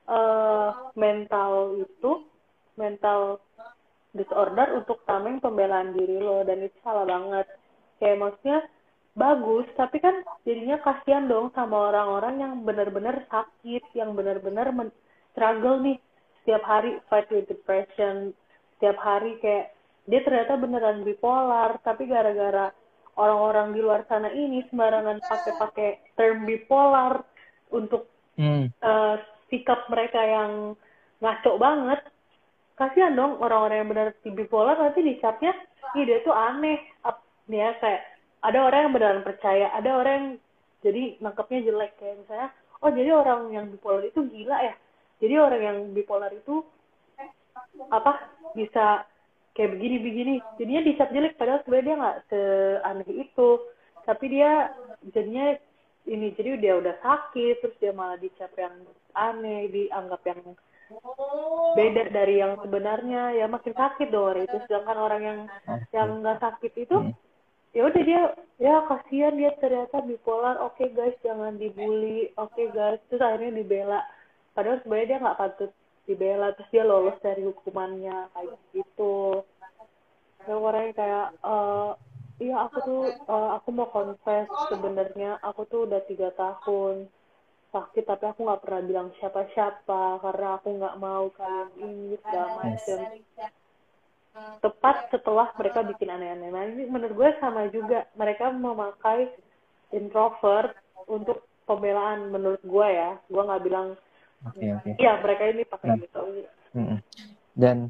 mental disorder untuk tameng pembelaan diri lo, dan itu salah banget. Kayak maksudnya bagus, tapi kan jadinya kasihan dong sama orang-orang yang benar-benar sakit, yang benar-benar struggle nih setiap hari fight with depression, setiap hari kayak dia ternyata beneran bipolar, tapi gara-gara orang-orang di luar sana ini sembarangan pakai term bipolar untuk sikap mereka yang ngaco banget. Kasihan dong orang-orang yang benar bipolar, nanti dicapnya ih dia tuh aneh nih ya, kayak ada orang yang beneran percaya, ada orang yang jadi nangkepnya jelek, kayak misalnya oh jadi orang yang bipolar itu gila ya, jadi orang yang bipolar itu apa bisa kayak begini-begini, jadinya dicap jelek, padahal sebenarnya dia nggak seaneh itu, tapi dia jadinya ini, jadi dia udah sakit terus dia malah dicap yang aneh, dianggap yang beda dari yang sebenarnya, ya makin sakit dong orang itu. Sedangkan orang yang nggak sakit itu ya udah dia ya kasihan, dia ternyata bipolar, oke guys jangan dibully, oke guys, terus akhirnya dibela, padahal sebenarnya dia nggak patut dibela, terus dia lolos dari hukumannya kayak gitu. Dan orangnya kayak iya aku mau confess, sebenarnya aku tuh udah 3 tahun sakit tapi aku nggak pernah bilang siapa-siapa karena aku nggak mau kalian ini segala Yes. macem. tepat setelah mereka bikin aneh-aneh. Nah ini menurut gue sama juga, mereka memakai introvert untuk pembelaan menurut gue ya. Gue nggak bilang Oke. ya mereka ini pakai Nah, gitu. dan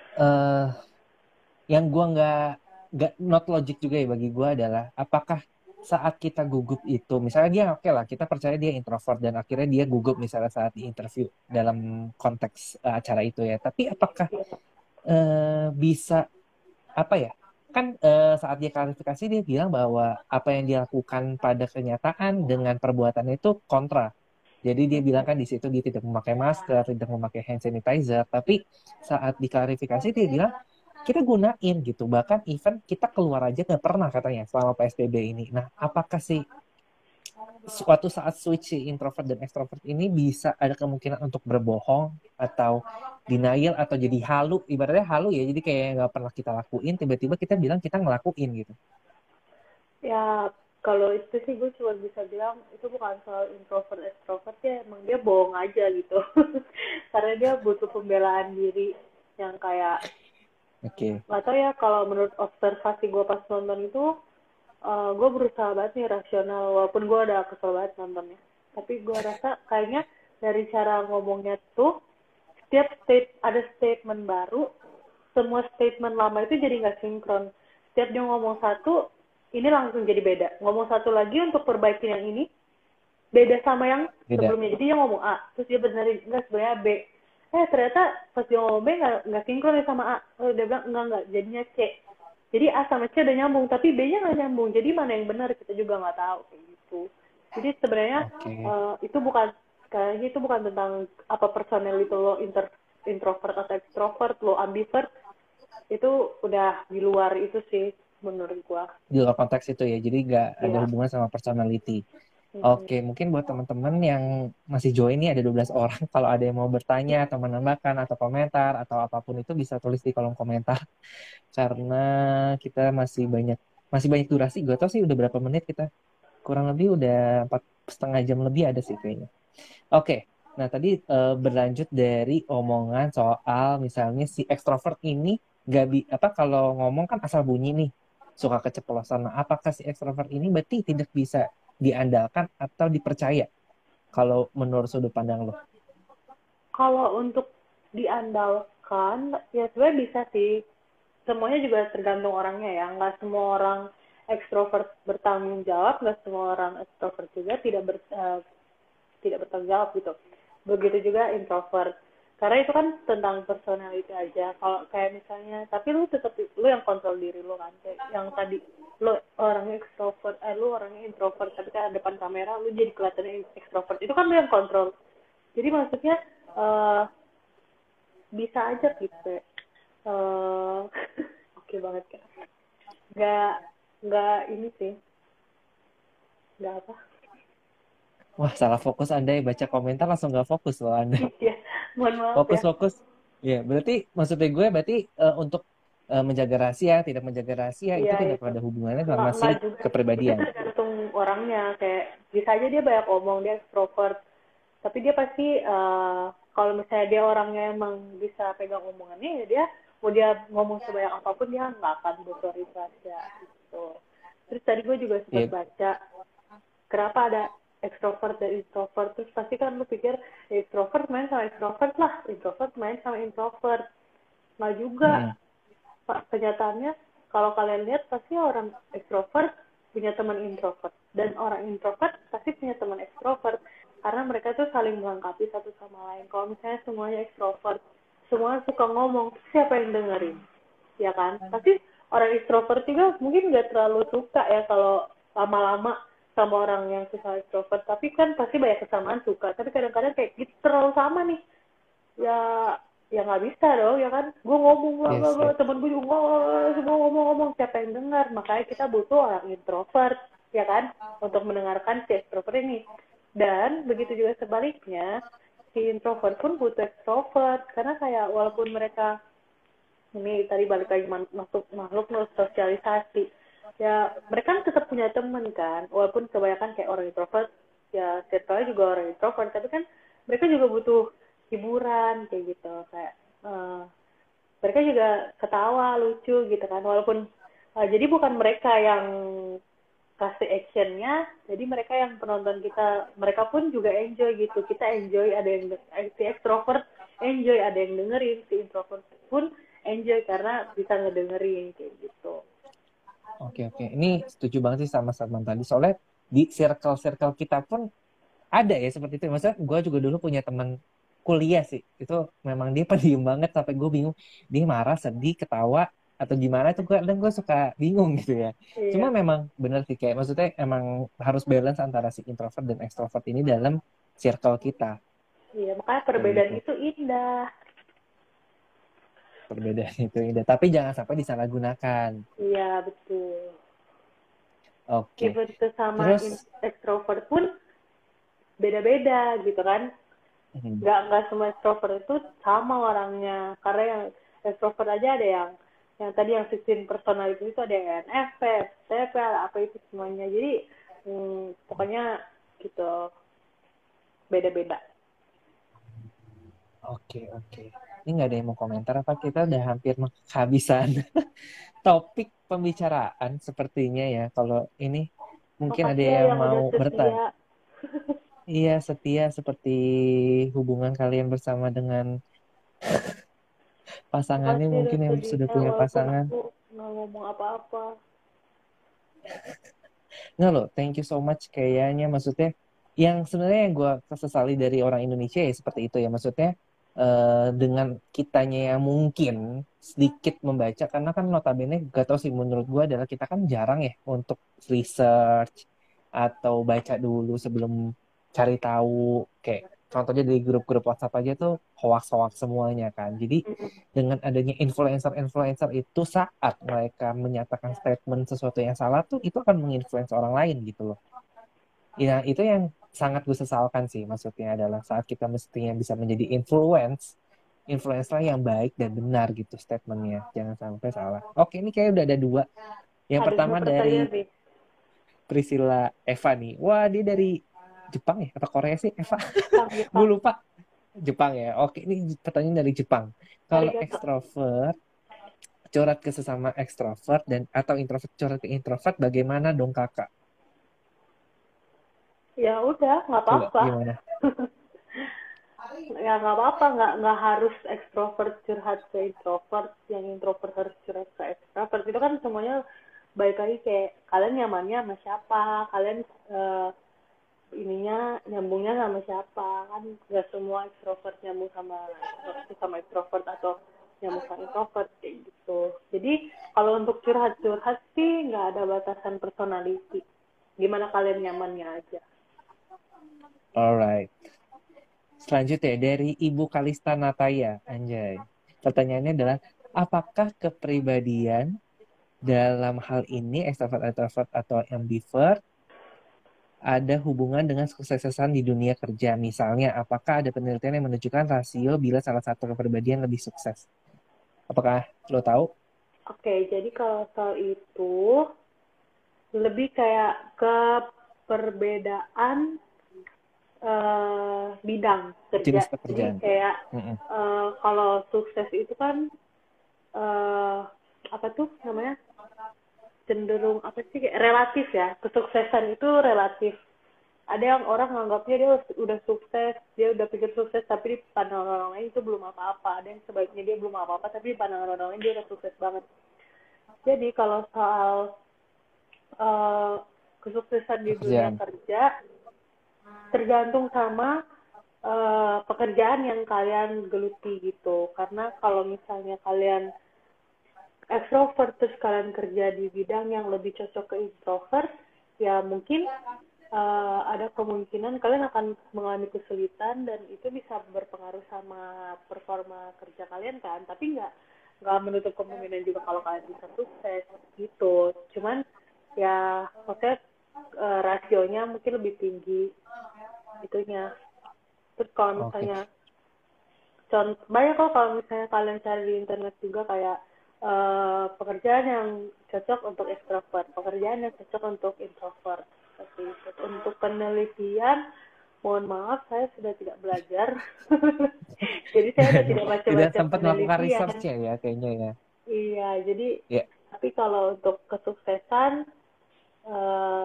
yang gue nggak not logic juga ya bagi gue adalah apakah saat kita gugup itu misalnya dia oke lah kita percaya dia introvert dan akhirnya dia gugup misalnya saat di interview dalam konteks acara itu ya, tapi apakah bisa apa ya, kan saat dia klarifikasi dia bilang bahwa apa yang dia lakukan pada kenyataan dengan perbuatannya itu kontra. Jadi dia bilang kan di situ dia tidak memakai masker, tidak memakai hand sanitizer, tapi saat diklarifikasi dia bilang kita gunain gitu. Bahkan event kita keluar aja nggak pernah katanya selama PSBB ini. Nah, apakah sih suatu saat switch si introvert dan extrovert ini bisa ada kemungkinan untuk berbohong atau denial atau jadi halu, ibaratnya halu ya, jadi kayak nggak pernah kita lakuin, tiba-tiba kita bilang kita ngelakuin gitu. Ya kalau itu sih gue cuma bisa bilang itu bukan soal introvert extrovert ya, emang dia bohong aja gitu. Karena dia butuh pembelaan diri yang kayak nggak tahu ya, kalau menurut observasi gue pas nonton itu gue berusaha banget nih rasional, walaupun gue udah kesel banget nontonnya, tapi gue rasa kayaknya dari cara ngomongnya tuh setiap ada statement baru, semua statement lama itu jadi nggak sinkron. Setiap dia ngomong satu, ini langsung jadi beda. Ngomong satu lagi untuk perbaikin yang ini, beda sama yang sebelumnya. Jadi dia ngomong A, terus dia benerin, enggak sebenarnya B. Ternyata pas dia ngomong B nggak sinkron ya sama A. Lalu dia bilang enggak, jadinya C. Jadi A sama C udah nyambung, tapi B-nya nggak nyambung. Jadi mana yang benar kita juga nggak tahu kayak gitu. Jadi sebenarnya itu bukan, kayaknya itu bukan tentang apa personality lo introvert atau extrovert, lo ambivert, itu udah di luar itu sih menurut gua. Di luar konteks itu ya, jadi nggak ada hubungan sama personality. Oke, mungkin buat teman-teman yang masih join nih ada 12 orang, kalau ada yang mau bertanya atau menambahkan atau komentar atau apapun itu bisa tulis di kolom komentar. Karena kita masih banyak durasi. Gue tau sih udah berapa menit kita. Kurang lebih udah 4,5 jam lebih ada sih kayaknya. Oke, nah tadi berlanjut dari omongan soal misalnya si ekstrovert ini kalau ngomong kan asal bunyi nih, suka keceplosan. Nah, apakah si ekstrovert ini berarti tidak bisa diandalkan atau dipercaya kalau menurut sudut pandang lo? Kalau untuk diandalkan ya sebenarnya bisa sih, semuanya juga tergantung orangnya ya. Nggak semua orang ekstrovert bertanggung jawab, nggak semua orang ekstrovert juga tidak bertanggung jawab gitu. Begitu juga introvert, karena itu kan tentang personality aja. Kalau kayak misalnya, tapi lu tetap lu yang kontrol diri lu kan, kayak yang tadi lu orangnya ekstrovert, lu orangnya introvert, tapi kan depan kamera lu jadi kelihatannya ekstrovert, itu kan lu yang kontrol. Jadi maksudnya bisa aja gitu. Oke banget kan, nggak ini sih, nggak apa. Wah, salah fokus Anda ya, baca komentar langsung nggak fokus loh Anda. Iya, mohon maaf ya. Fokus. Ya, berarti maksudnya gue untuk menjaga rahasia, tidak menjaga rahasia itu tidak ada hubungannya sama si kepribadian. Itu tergantung orangnya, kayak bisa aja dia banyak omong, dia extrovert, tapi dia pasti kalau misalnya dia orangnya emang bisa pegang omongannya, ya dia mau dia ngomong sebanyak apapun dia nggak akan bocorin rahasia gitu. Terus tadi gue juga sempat baca kenapa ada extrovert dan introvert, terus pasti kan lu pikir extrovert main sama extrovert lah, introvert main sama introvert. Nah juga kenyataannya kalau kalian lihat pasti orang extrovert punya teman introvert, dan orang introvert pasti punya teman extrovert, karena mereka tuh saling melengkapi satu sama lain. Kalau misalnya semuanya extrovert, semua suka ngomong, siapa yang dengerin, ya kan? Pasti orang extrovert juga mungkin nggak terlalu suka ya kalau lama-lama sama orang yang susah extrovert, tapi kan pasti banyak kesamaan suka, tapi kadang-kadang kayak gitu terlalu sama nih, ya nggak bisa dong, ya kan? Gue ngomong, temen gue juga semua ngomong, siapa yang dengar? Makanya kita butuh orang introvert, ya kan? Untuk mendengarkan si extrovert ini. Dan begitu juga sebaliknya, si introvert pun butuh extrovert, karena kayak walaupun mereka, ini tadi balik lagi makhluk sosialisasi, ya mereka kan tetap punya teman kan, walaupun kebanyakan kayak orang introvert, ya circle juga orang introvert, tapi kan mereka juga butuh hiburan kayak gitu, kayak mereka juga ketawa lucu gitu kan, walaupun jadi bukan mereka yang kasih actionnya, jadi mereka yang penonton kita, mereka pun juga enjoy gitu, kita enjoy, ada yang si extrovert enjoy, ada yang dengerin, si introvert pun enjoy karena bisa ngedengerin kayak gitu. Oke, ini setuju banget sih sama Salman tadi, soalnya di circle kita pun ada ya seperti itu. Maksudnya gue juga dulu punya teman kuliah sih, itu memang dia pendiam banget sampai gue bingung dia marah, sedih, ketawa atau gimana tuh, gue suka bingung gitu ya. Cuma Iya. memang bener sih, kayak maksudnya emang harus balance antara si introvert dan extrovert ini dalam circle kita. Iya, makanya Kayak perbedaan gitu. itu indah. Perbedaan itu indah, tapi jangan sampai disalahgunakan. Iya, betul. Oke. Even sesama Terus extrovert pun beda-beda gitu kan. hmm, Nggak semua extrovert itu sama orangnya, karena yang extrovert aja ada yang tadi yang 16 personality itu ada yang NFP, TPL, apa itu semuanya, jadi pokoknya gitu, beda-beda. oke. Ini nggak ada yang mau komentar apa, kita udah hampir kehabisan topik pembicaraan sepertinya ya. Kalau ini mungkin ada Makasih ya yang yang udah mau bertanya. setia. Iya, setia seperti hubungan kalian bersama dengan pasangannya, Makasih udah mungkin yang sudah setia punya walaupun pasangan. aku nggak ngomong apa-apa. Nggak loh, thank you so much kayaknya. Maksudnya yang sebenarnya yang gue kesesali dari orang Indonesia ya seperti itu ya. Maksudnya dengan kitanya yang mungkin sedikit membaca, karena kan notabene gak tau sih, menurut gue adalah kita kan jarang ya untuk research atau baca dulu sebelum cari tahu. Kayak contohnya dari grup-grup WhatsApp aja tuh hoax-hoax semuanya kan. Jadi dengan adanya influencer-influencer itu, saat mereka menyatakan statement sesuatu yang salah tuh, itu akan menginfluence orang lain gitu loh. Ya, itu yang sangat gue sesalkan sih. Maksudnya adalah saat kita mestinya bisa menjadi influencer yang baik dan benar gitu statementnya. Jangan sampai salah. Oke, ini kayak udah ada dua. Yang Ada pertama dua dari pertanyaan nih. Priscilla Eva nih. Wah, dia dari Jepang ya? Atau Korea sih, Eva? Jepang, Gue Jepang. lupa. Jepang ya. Oke, ini pertanyaan dari Jepang. Kalau Arigato. ekstrovert curhat ke sesama ekstrovert dan atau introvert curhat ke introvert, bagaimana dong kakak? Ya udah, nggak Coba apa-apa. gimana? Ya nggak apa-apa, nggak harus ekstrovert curhat ke introvert, yang introvert harus curhat ke ekstrovert, itu kan semuanya baik lagi kayak kalian nyamannya sama siapa, kalian ininya nyambungnya sama siapa, kan nggak semua ekstrovert nyambung sama ekstrovert atau nyambung sama introvert kayak gitu. Jadi kalau untuk curhat sih nggak ada batasan personality, gimana kalian nyamannya aja. Alright. Selanjutnya dari Ibu Kalista Nataya, anjay. Pertanyaannya adalah, apakah kepribadian dalam hal ini extrovert, introvert atau ambivert ada hubungan dengan kesuksesan di dunia kerja? Misalnya, apakah ada penelitian yang menunjukkan rasio bila salah satu kepribadian lebih sukses? Apakah lo tahu? Oke, jadi kalau soal itu lebih kayak ke perbedaan bidang kerja. Jenis Jadi pekerjaan. kayak Mm-mm. kalau sukses itu kan apa tuh namanya, cenderung apa sih, kayak relatif ya. Kesuksesan itu relatif. Ada yang orang nganggapnya dia udah sukses, dia udah pikir sukses, tapi di pandangan orang lain itu belum apa-apa. Ada yang sebaiknya dia belum apa-apa, tapi di pandangan orang lain dia udah sukses banget. Jadi kalau soal kesuksesan di dunia Pekerjaan. kerja tergantung sama pekerjaan yang kalian geluti gitu. Karena kalau misalnya kalian extrovert terus kalian kerja di bidang yang lebih cocok ke introvert, ya mungkin ada kemungkinan kalian akan mengalami kesulitan dan itu bisa berpengaruh sama performa kerja kalian kan. Tapi nggak menutup kemungkinan juga kalau kalian bisa sukses gitu. Cuman ya maksudnya rasionya mungkin lebih tinggi itunya. Terus kalau Oke. misalnya banyak kok kalau misalnya kalian cari di internet juga kayak pekerjaan yang cocok untuk extrovert, pekerjaan yang cocok untuk introvert. Seperti itu. Untuk penelitian, mohon maaf saya sudah tidak belajar. Jadi saya udah tidak Tidak baca-baca sempat melakukan penelitian. research ya kayaknya ya. Iya, jadi Ya, tapi kalau untuk kesuksesan eh,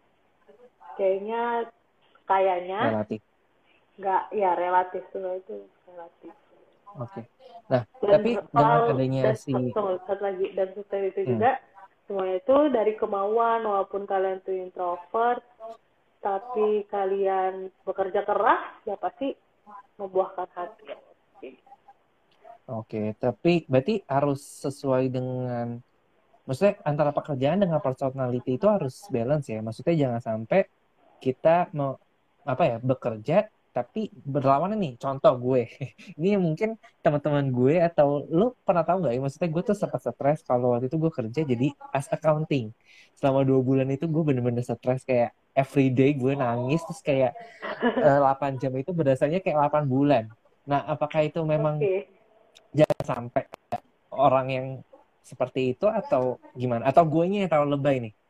kayaknya relatif. nggak, ya relatif tuh itu relatif. Oke. Nah, Dan tapi dengan soal adanya dan si satu lagi, dan sukses itu hmm, juga semuanya itu dari kemauan, walaupun kalian tuh introvert tapi kalian bekerja keras ya pasti membuahkan hasil. oke, tapi berarti harus sesuai dengan, maksudnya antara pekerjaan dengan personality itu harus balance ya. Maksudnya jangan sampai kita mau apa ya bekerja tapi berlawanan nih. Contoh gue, ini mungkin teman-teman gue atau lu pernah tahu nggak ya? Maksudnya gue tuh sempat stres kalau waktu itu gue kerja jadi as accounting. Selama 2 bulan itu gue bener-bener stres kayak everyday gue nangis terus kayak 8 jam itu berasanya kayak 8 bulan. Nah, apakah itu memang Oke. jangan sampai orang yang seperti itu atau gimana? Atau guenya yang terlalu lebay nih?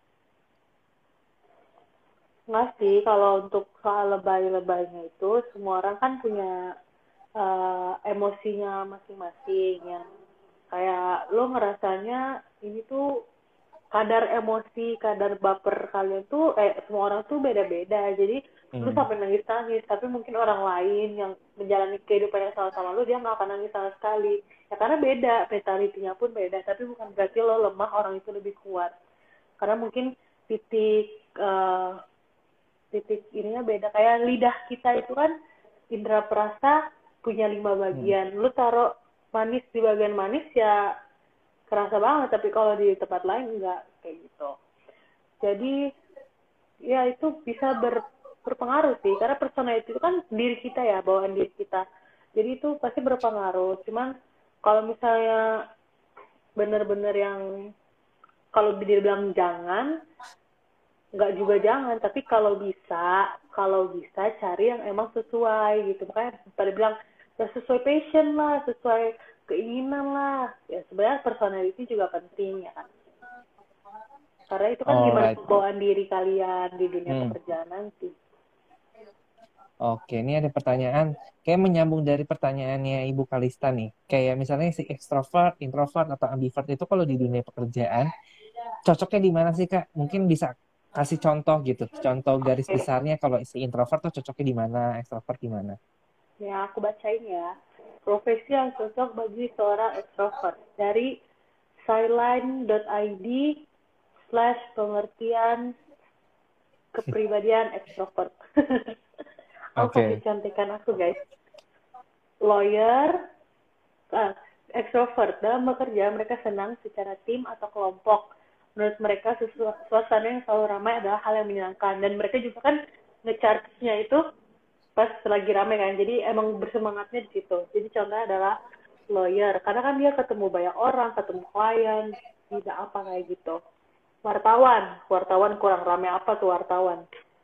Nggak sih, kalau untuk soal lebay-lebaynya itu semua orang kan punya emosinya masing-masing, yang kayak lo ngerasanya ini tuh kadar emosi, kadar baper kalian tuh semua orang tuh beda-beda. Jadi lu sampai nangis-nangis, tapi mungkin orang lain yang menjalani kehidupan yang sama-sama lu dia nggak akan nangis sama sekali. Ya karena beda, mentalitinya pun beda. Tapi bukan berarti lo lemah, orang itu lebih kuat. Karena mungkin titik titik ininya beda. Kayak lidah kita itu kan indera perasa punya 5 bagian. Lu taruh manis di bagian manis ya kerasa banget, tapi kalau di tempat lain enggak kayak gitu. Jadi ya itu bisa berpengaruh sih, karena personality itu kan diri kita ya, bawaan diri kita. Jadi itu pasti berpengaruh. Cuman kalau misalnya bener-bener yang kalau dia bilang jangan, nggak juga jangan, tapi kalau bisa cari yang emang sesuai gitu. Makanya pada bilang ya sesuai passion lah, sesuai keinginan lah. Ya sebenarnya personality juga penting ya kan. Karena itu kan gimana Alright. pembawaan diri kalian di dunia pekerjaan nanti. Oke, ini ada pertanyaan. Kayak menyambung dari pertanyaannya Ibu Kalista nih. Kayak misalnya si ekstrovert, introvert, atau ambivert itu kalau di dunia pekerjaan, cocoknya di mana sih, Kak? Mungkin bisa kasih contoh gitu. Contoh garis besarnya kalau si introvert tuh cocoknya di mana, ekstrovert di mana? Ya, aku bacain ya. Profesi yang cocok bagi seorang ekstrovert. Dari sideline.id/pengertian kepribadian ekstrovert. Aku kasih contekan aku, guys. Lawyer, ekstrovert. Dalam bekerja, mereka senang secara tim atau kelompok. Menurut mereka, suasana yang selalu ramai adalah hal yang menyenangkan. Dan mereka juga kan nge-charge-nya itu pas lagi ramai kan. Jadi emang bersemangatnya di situ. Jadi contohnya adalah lawyer. Karena kan dia ketemu banyak orang, ketemu klien, tidak apa kayak gitu. Wartawan kurang ramai apa tuh wartawan.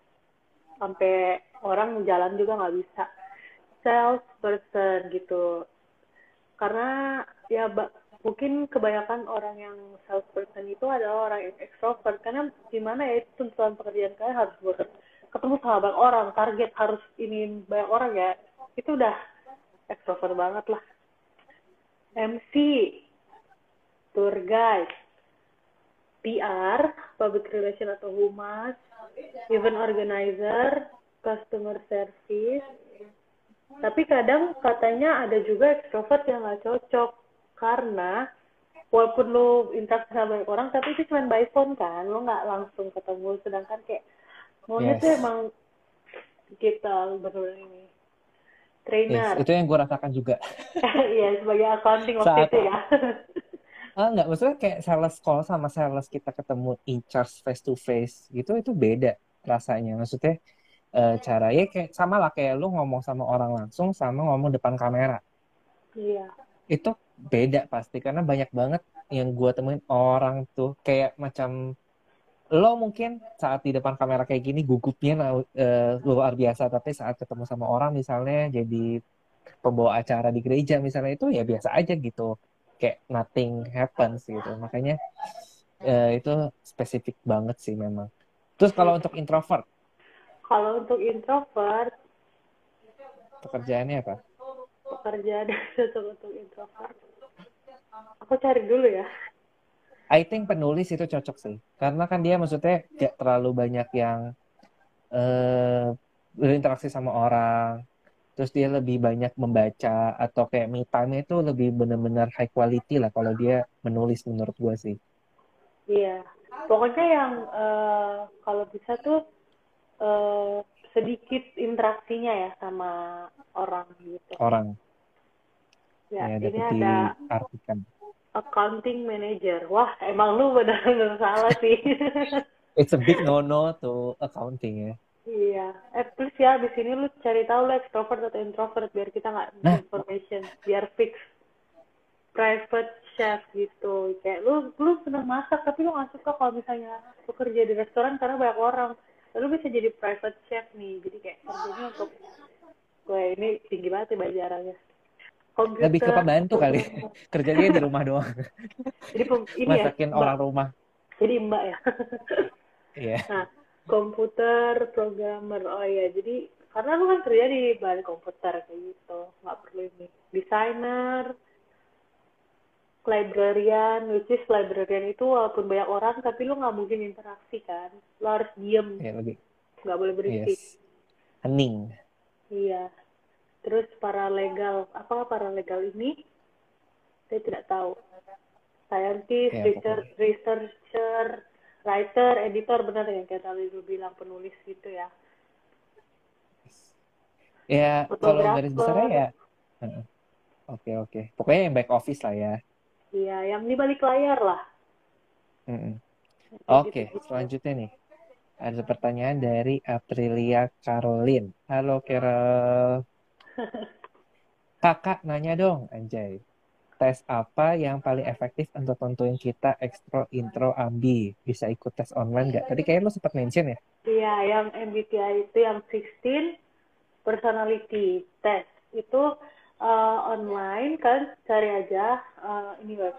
Sampai orang jalan juga nggak bisa. Salesperson gitu. Karena ya mungkin kebanyakan orang yang salesperson itu adalah orang yang extrovert. Karena gimana ya, itu tuntutan pekerjaan kalian harus ketemu sama banyak orang, target harus ini banyak orang ya. Itu udah extrovert banget lah. MC, tour guide, PR, public relation atau humas, event organizer, customer service. Tapi kadang katanya ada juga extrovert yang nggak cocok, karena walaupun lo interaksi sama banyak orang, tapi itu cuma by phone kan, lo nggak langsung ketemu. Sedangkan kayak maunya tuh emang kita bener ini trainer. Itu yang gue rasakan juga. Iya, sebagai accounting waktu itu ya. Enggak, maksudnya kayak sales call sama sales kita ketemu in charge face to face gitu, itu beda rasanya. Maksudnya cara ya kayak sama lah kayak lu ngomong sama orang langsung sama ngomong depan kamera. Iya. Itu beda pasti karena banyak banget yang gue temuin orang tuh kayak macam lo mungkin saat di depan kamera kayak gini gugupnya luar biasa, tapi saat ketemu sama orang misalnya jadi pembawa acara di gereja misalnya itu ya biasa aja gitu, kayak nothing happens gitu. Makanya itu spesifik banget sih memang. Terus kalau untuk introvert, Kalau untuk introvert, pekerjaannya apa? pekerjaan yang cocok untuk introvert. Aku cari dulu ya. I think penulis itu cocok sih. Karena kan dia maksudnya gak terlalu banyak yang berinteraksi sama orang. Terus dia lebih banyak membaca atau kayak me time itu lebih benar-benar high quality lah kalau dia menulis menurut gue sih. Iya. Pokoknya yang kalau bisa tuh sedikit interaksinya ya sama orang gitu. Orang. Ya, Ya, ini dapat ada diartikan. accounting manager. Wah, emang lu benar-benar salah sih. It's a big no-no to accounting ya. Iya. Please ya, di sini lu cari tahu lu extrovert atau introvert biar kita nggak misinformation, biar fix. Private chef gitu. Kayak lu seneng masak tapi lu nggak suka kalau misalnya lu kerja di restoran karena banyak orang. Lalu bisa jadi private chef nih. Jadi kayak kerjanya untuk gue ini tinggi banget ya bayarannya. Komputer, Lebih ke pembantu kali. Kerjanya di rumah doang. Jadi ini masakin ya, orang rumah. Jadi mbak ya. Iya. Nah, komputer programmer. Oh iya, jadi karena lu kan kerja di balik komputer kayak gitu, nggak perlu ini. Desainer, librarian, which is librarian itu walaupun banyak orang tapi lu nggak mungkin interaksi kan, lu harus diem, nggak boleh berisik. Yes. Hening. Iya. Terus paralegal, apa paralegal ini? Saya tidak tahu. Scientist, researcher, writer, editor, benar yang kayak tadi lu bilang, penulis gitu ya. Ya, kalau garis besarnya ya. Oke. Pokoknya yang back office lah ya. Iya, yang di balik layar lah. Oke, selanjutnya nih. Ada pertanyaan dari Aprilia Caroline. Halo Carol. Kakak nanya dong, anjay. Tes apa yang paling efektif untuk tentuin kita ekstro, intro, ambi? Bisa ikut tes online nggak? Tadi kayaknya lo sempat mention ya? Iya, yang MBTI itu yang 16 personality test. Itu online kan, cari aja ini web.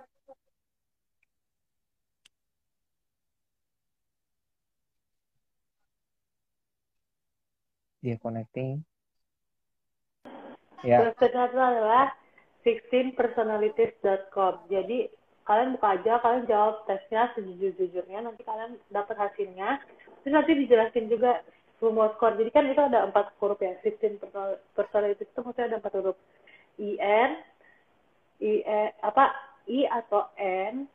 Dia connecting. Ya. Website-nya itu adalah 16personalities.com. Jadi kalian buka aja, kalian jawab tesnya sejujur-jujurnya, nanti kalian dapat hasilnya. Terus nanti dijelasin juga semua skor. Jadi kan itu ada 4 huruf ya. 16 personalities itu maksudnya ada 4 huruf. I atau N,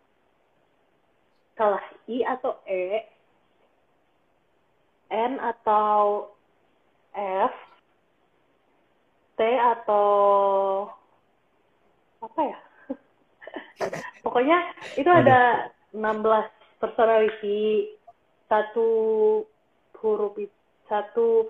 salah, I atau E, N atau F, T atau apa ya? Pokoknya itu ada 16 personality, satu huruf, satu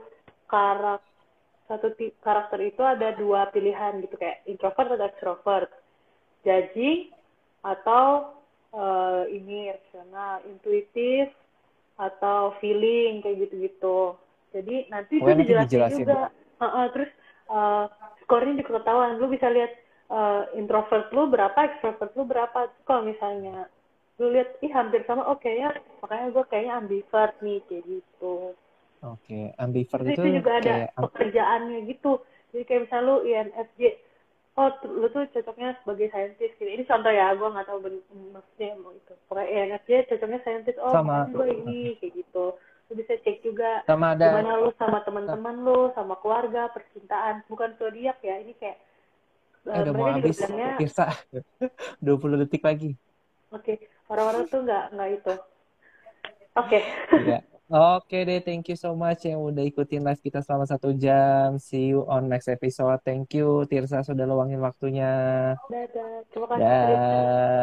karakter itu ada 2 pilihan gitu, kayak introvert atau extrovert, judging atau ini rasional, intuitif atau feeling kayak gitu-gitu. Jadi nanti itu dijelasin juga. Terus skornya juga ketahuan. Lu bisa lihat introvert lu berapa, extrovert lu berapa. Kalau misalnya lu lihat hampir sama, oke ya, makanya gue kayaknya ambivert nih kayak gitu. Oke, ambivert itu juga ada pekerjaannya gitu. Jadi kayak misalnya lu INFJ, lu tuh cocoknya sebagai saintis gitu. Ini contoh ya, gue nggak tahu maksudnya mau itu. Pokoknya INFJ cocoknya saintis, makanya gue ini kayak gitu. Lu bisa cek juga gimana lu sama teman-teman lu, sama keluarga, percintaan. Bukan zodiak ya, ini kayak udah mau habis, Tirsa. 20 detik lagi. Oke. Orang-orang tuh nggak itu. Oke. Iya. Oke deh, thank you so much yang udah ikutin live kita selama 1 jam. See you on next episode. Thank you Tirsa sudah luangin waktunya. Dadah. Terima kasih.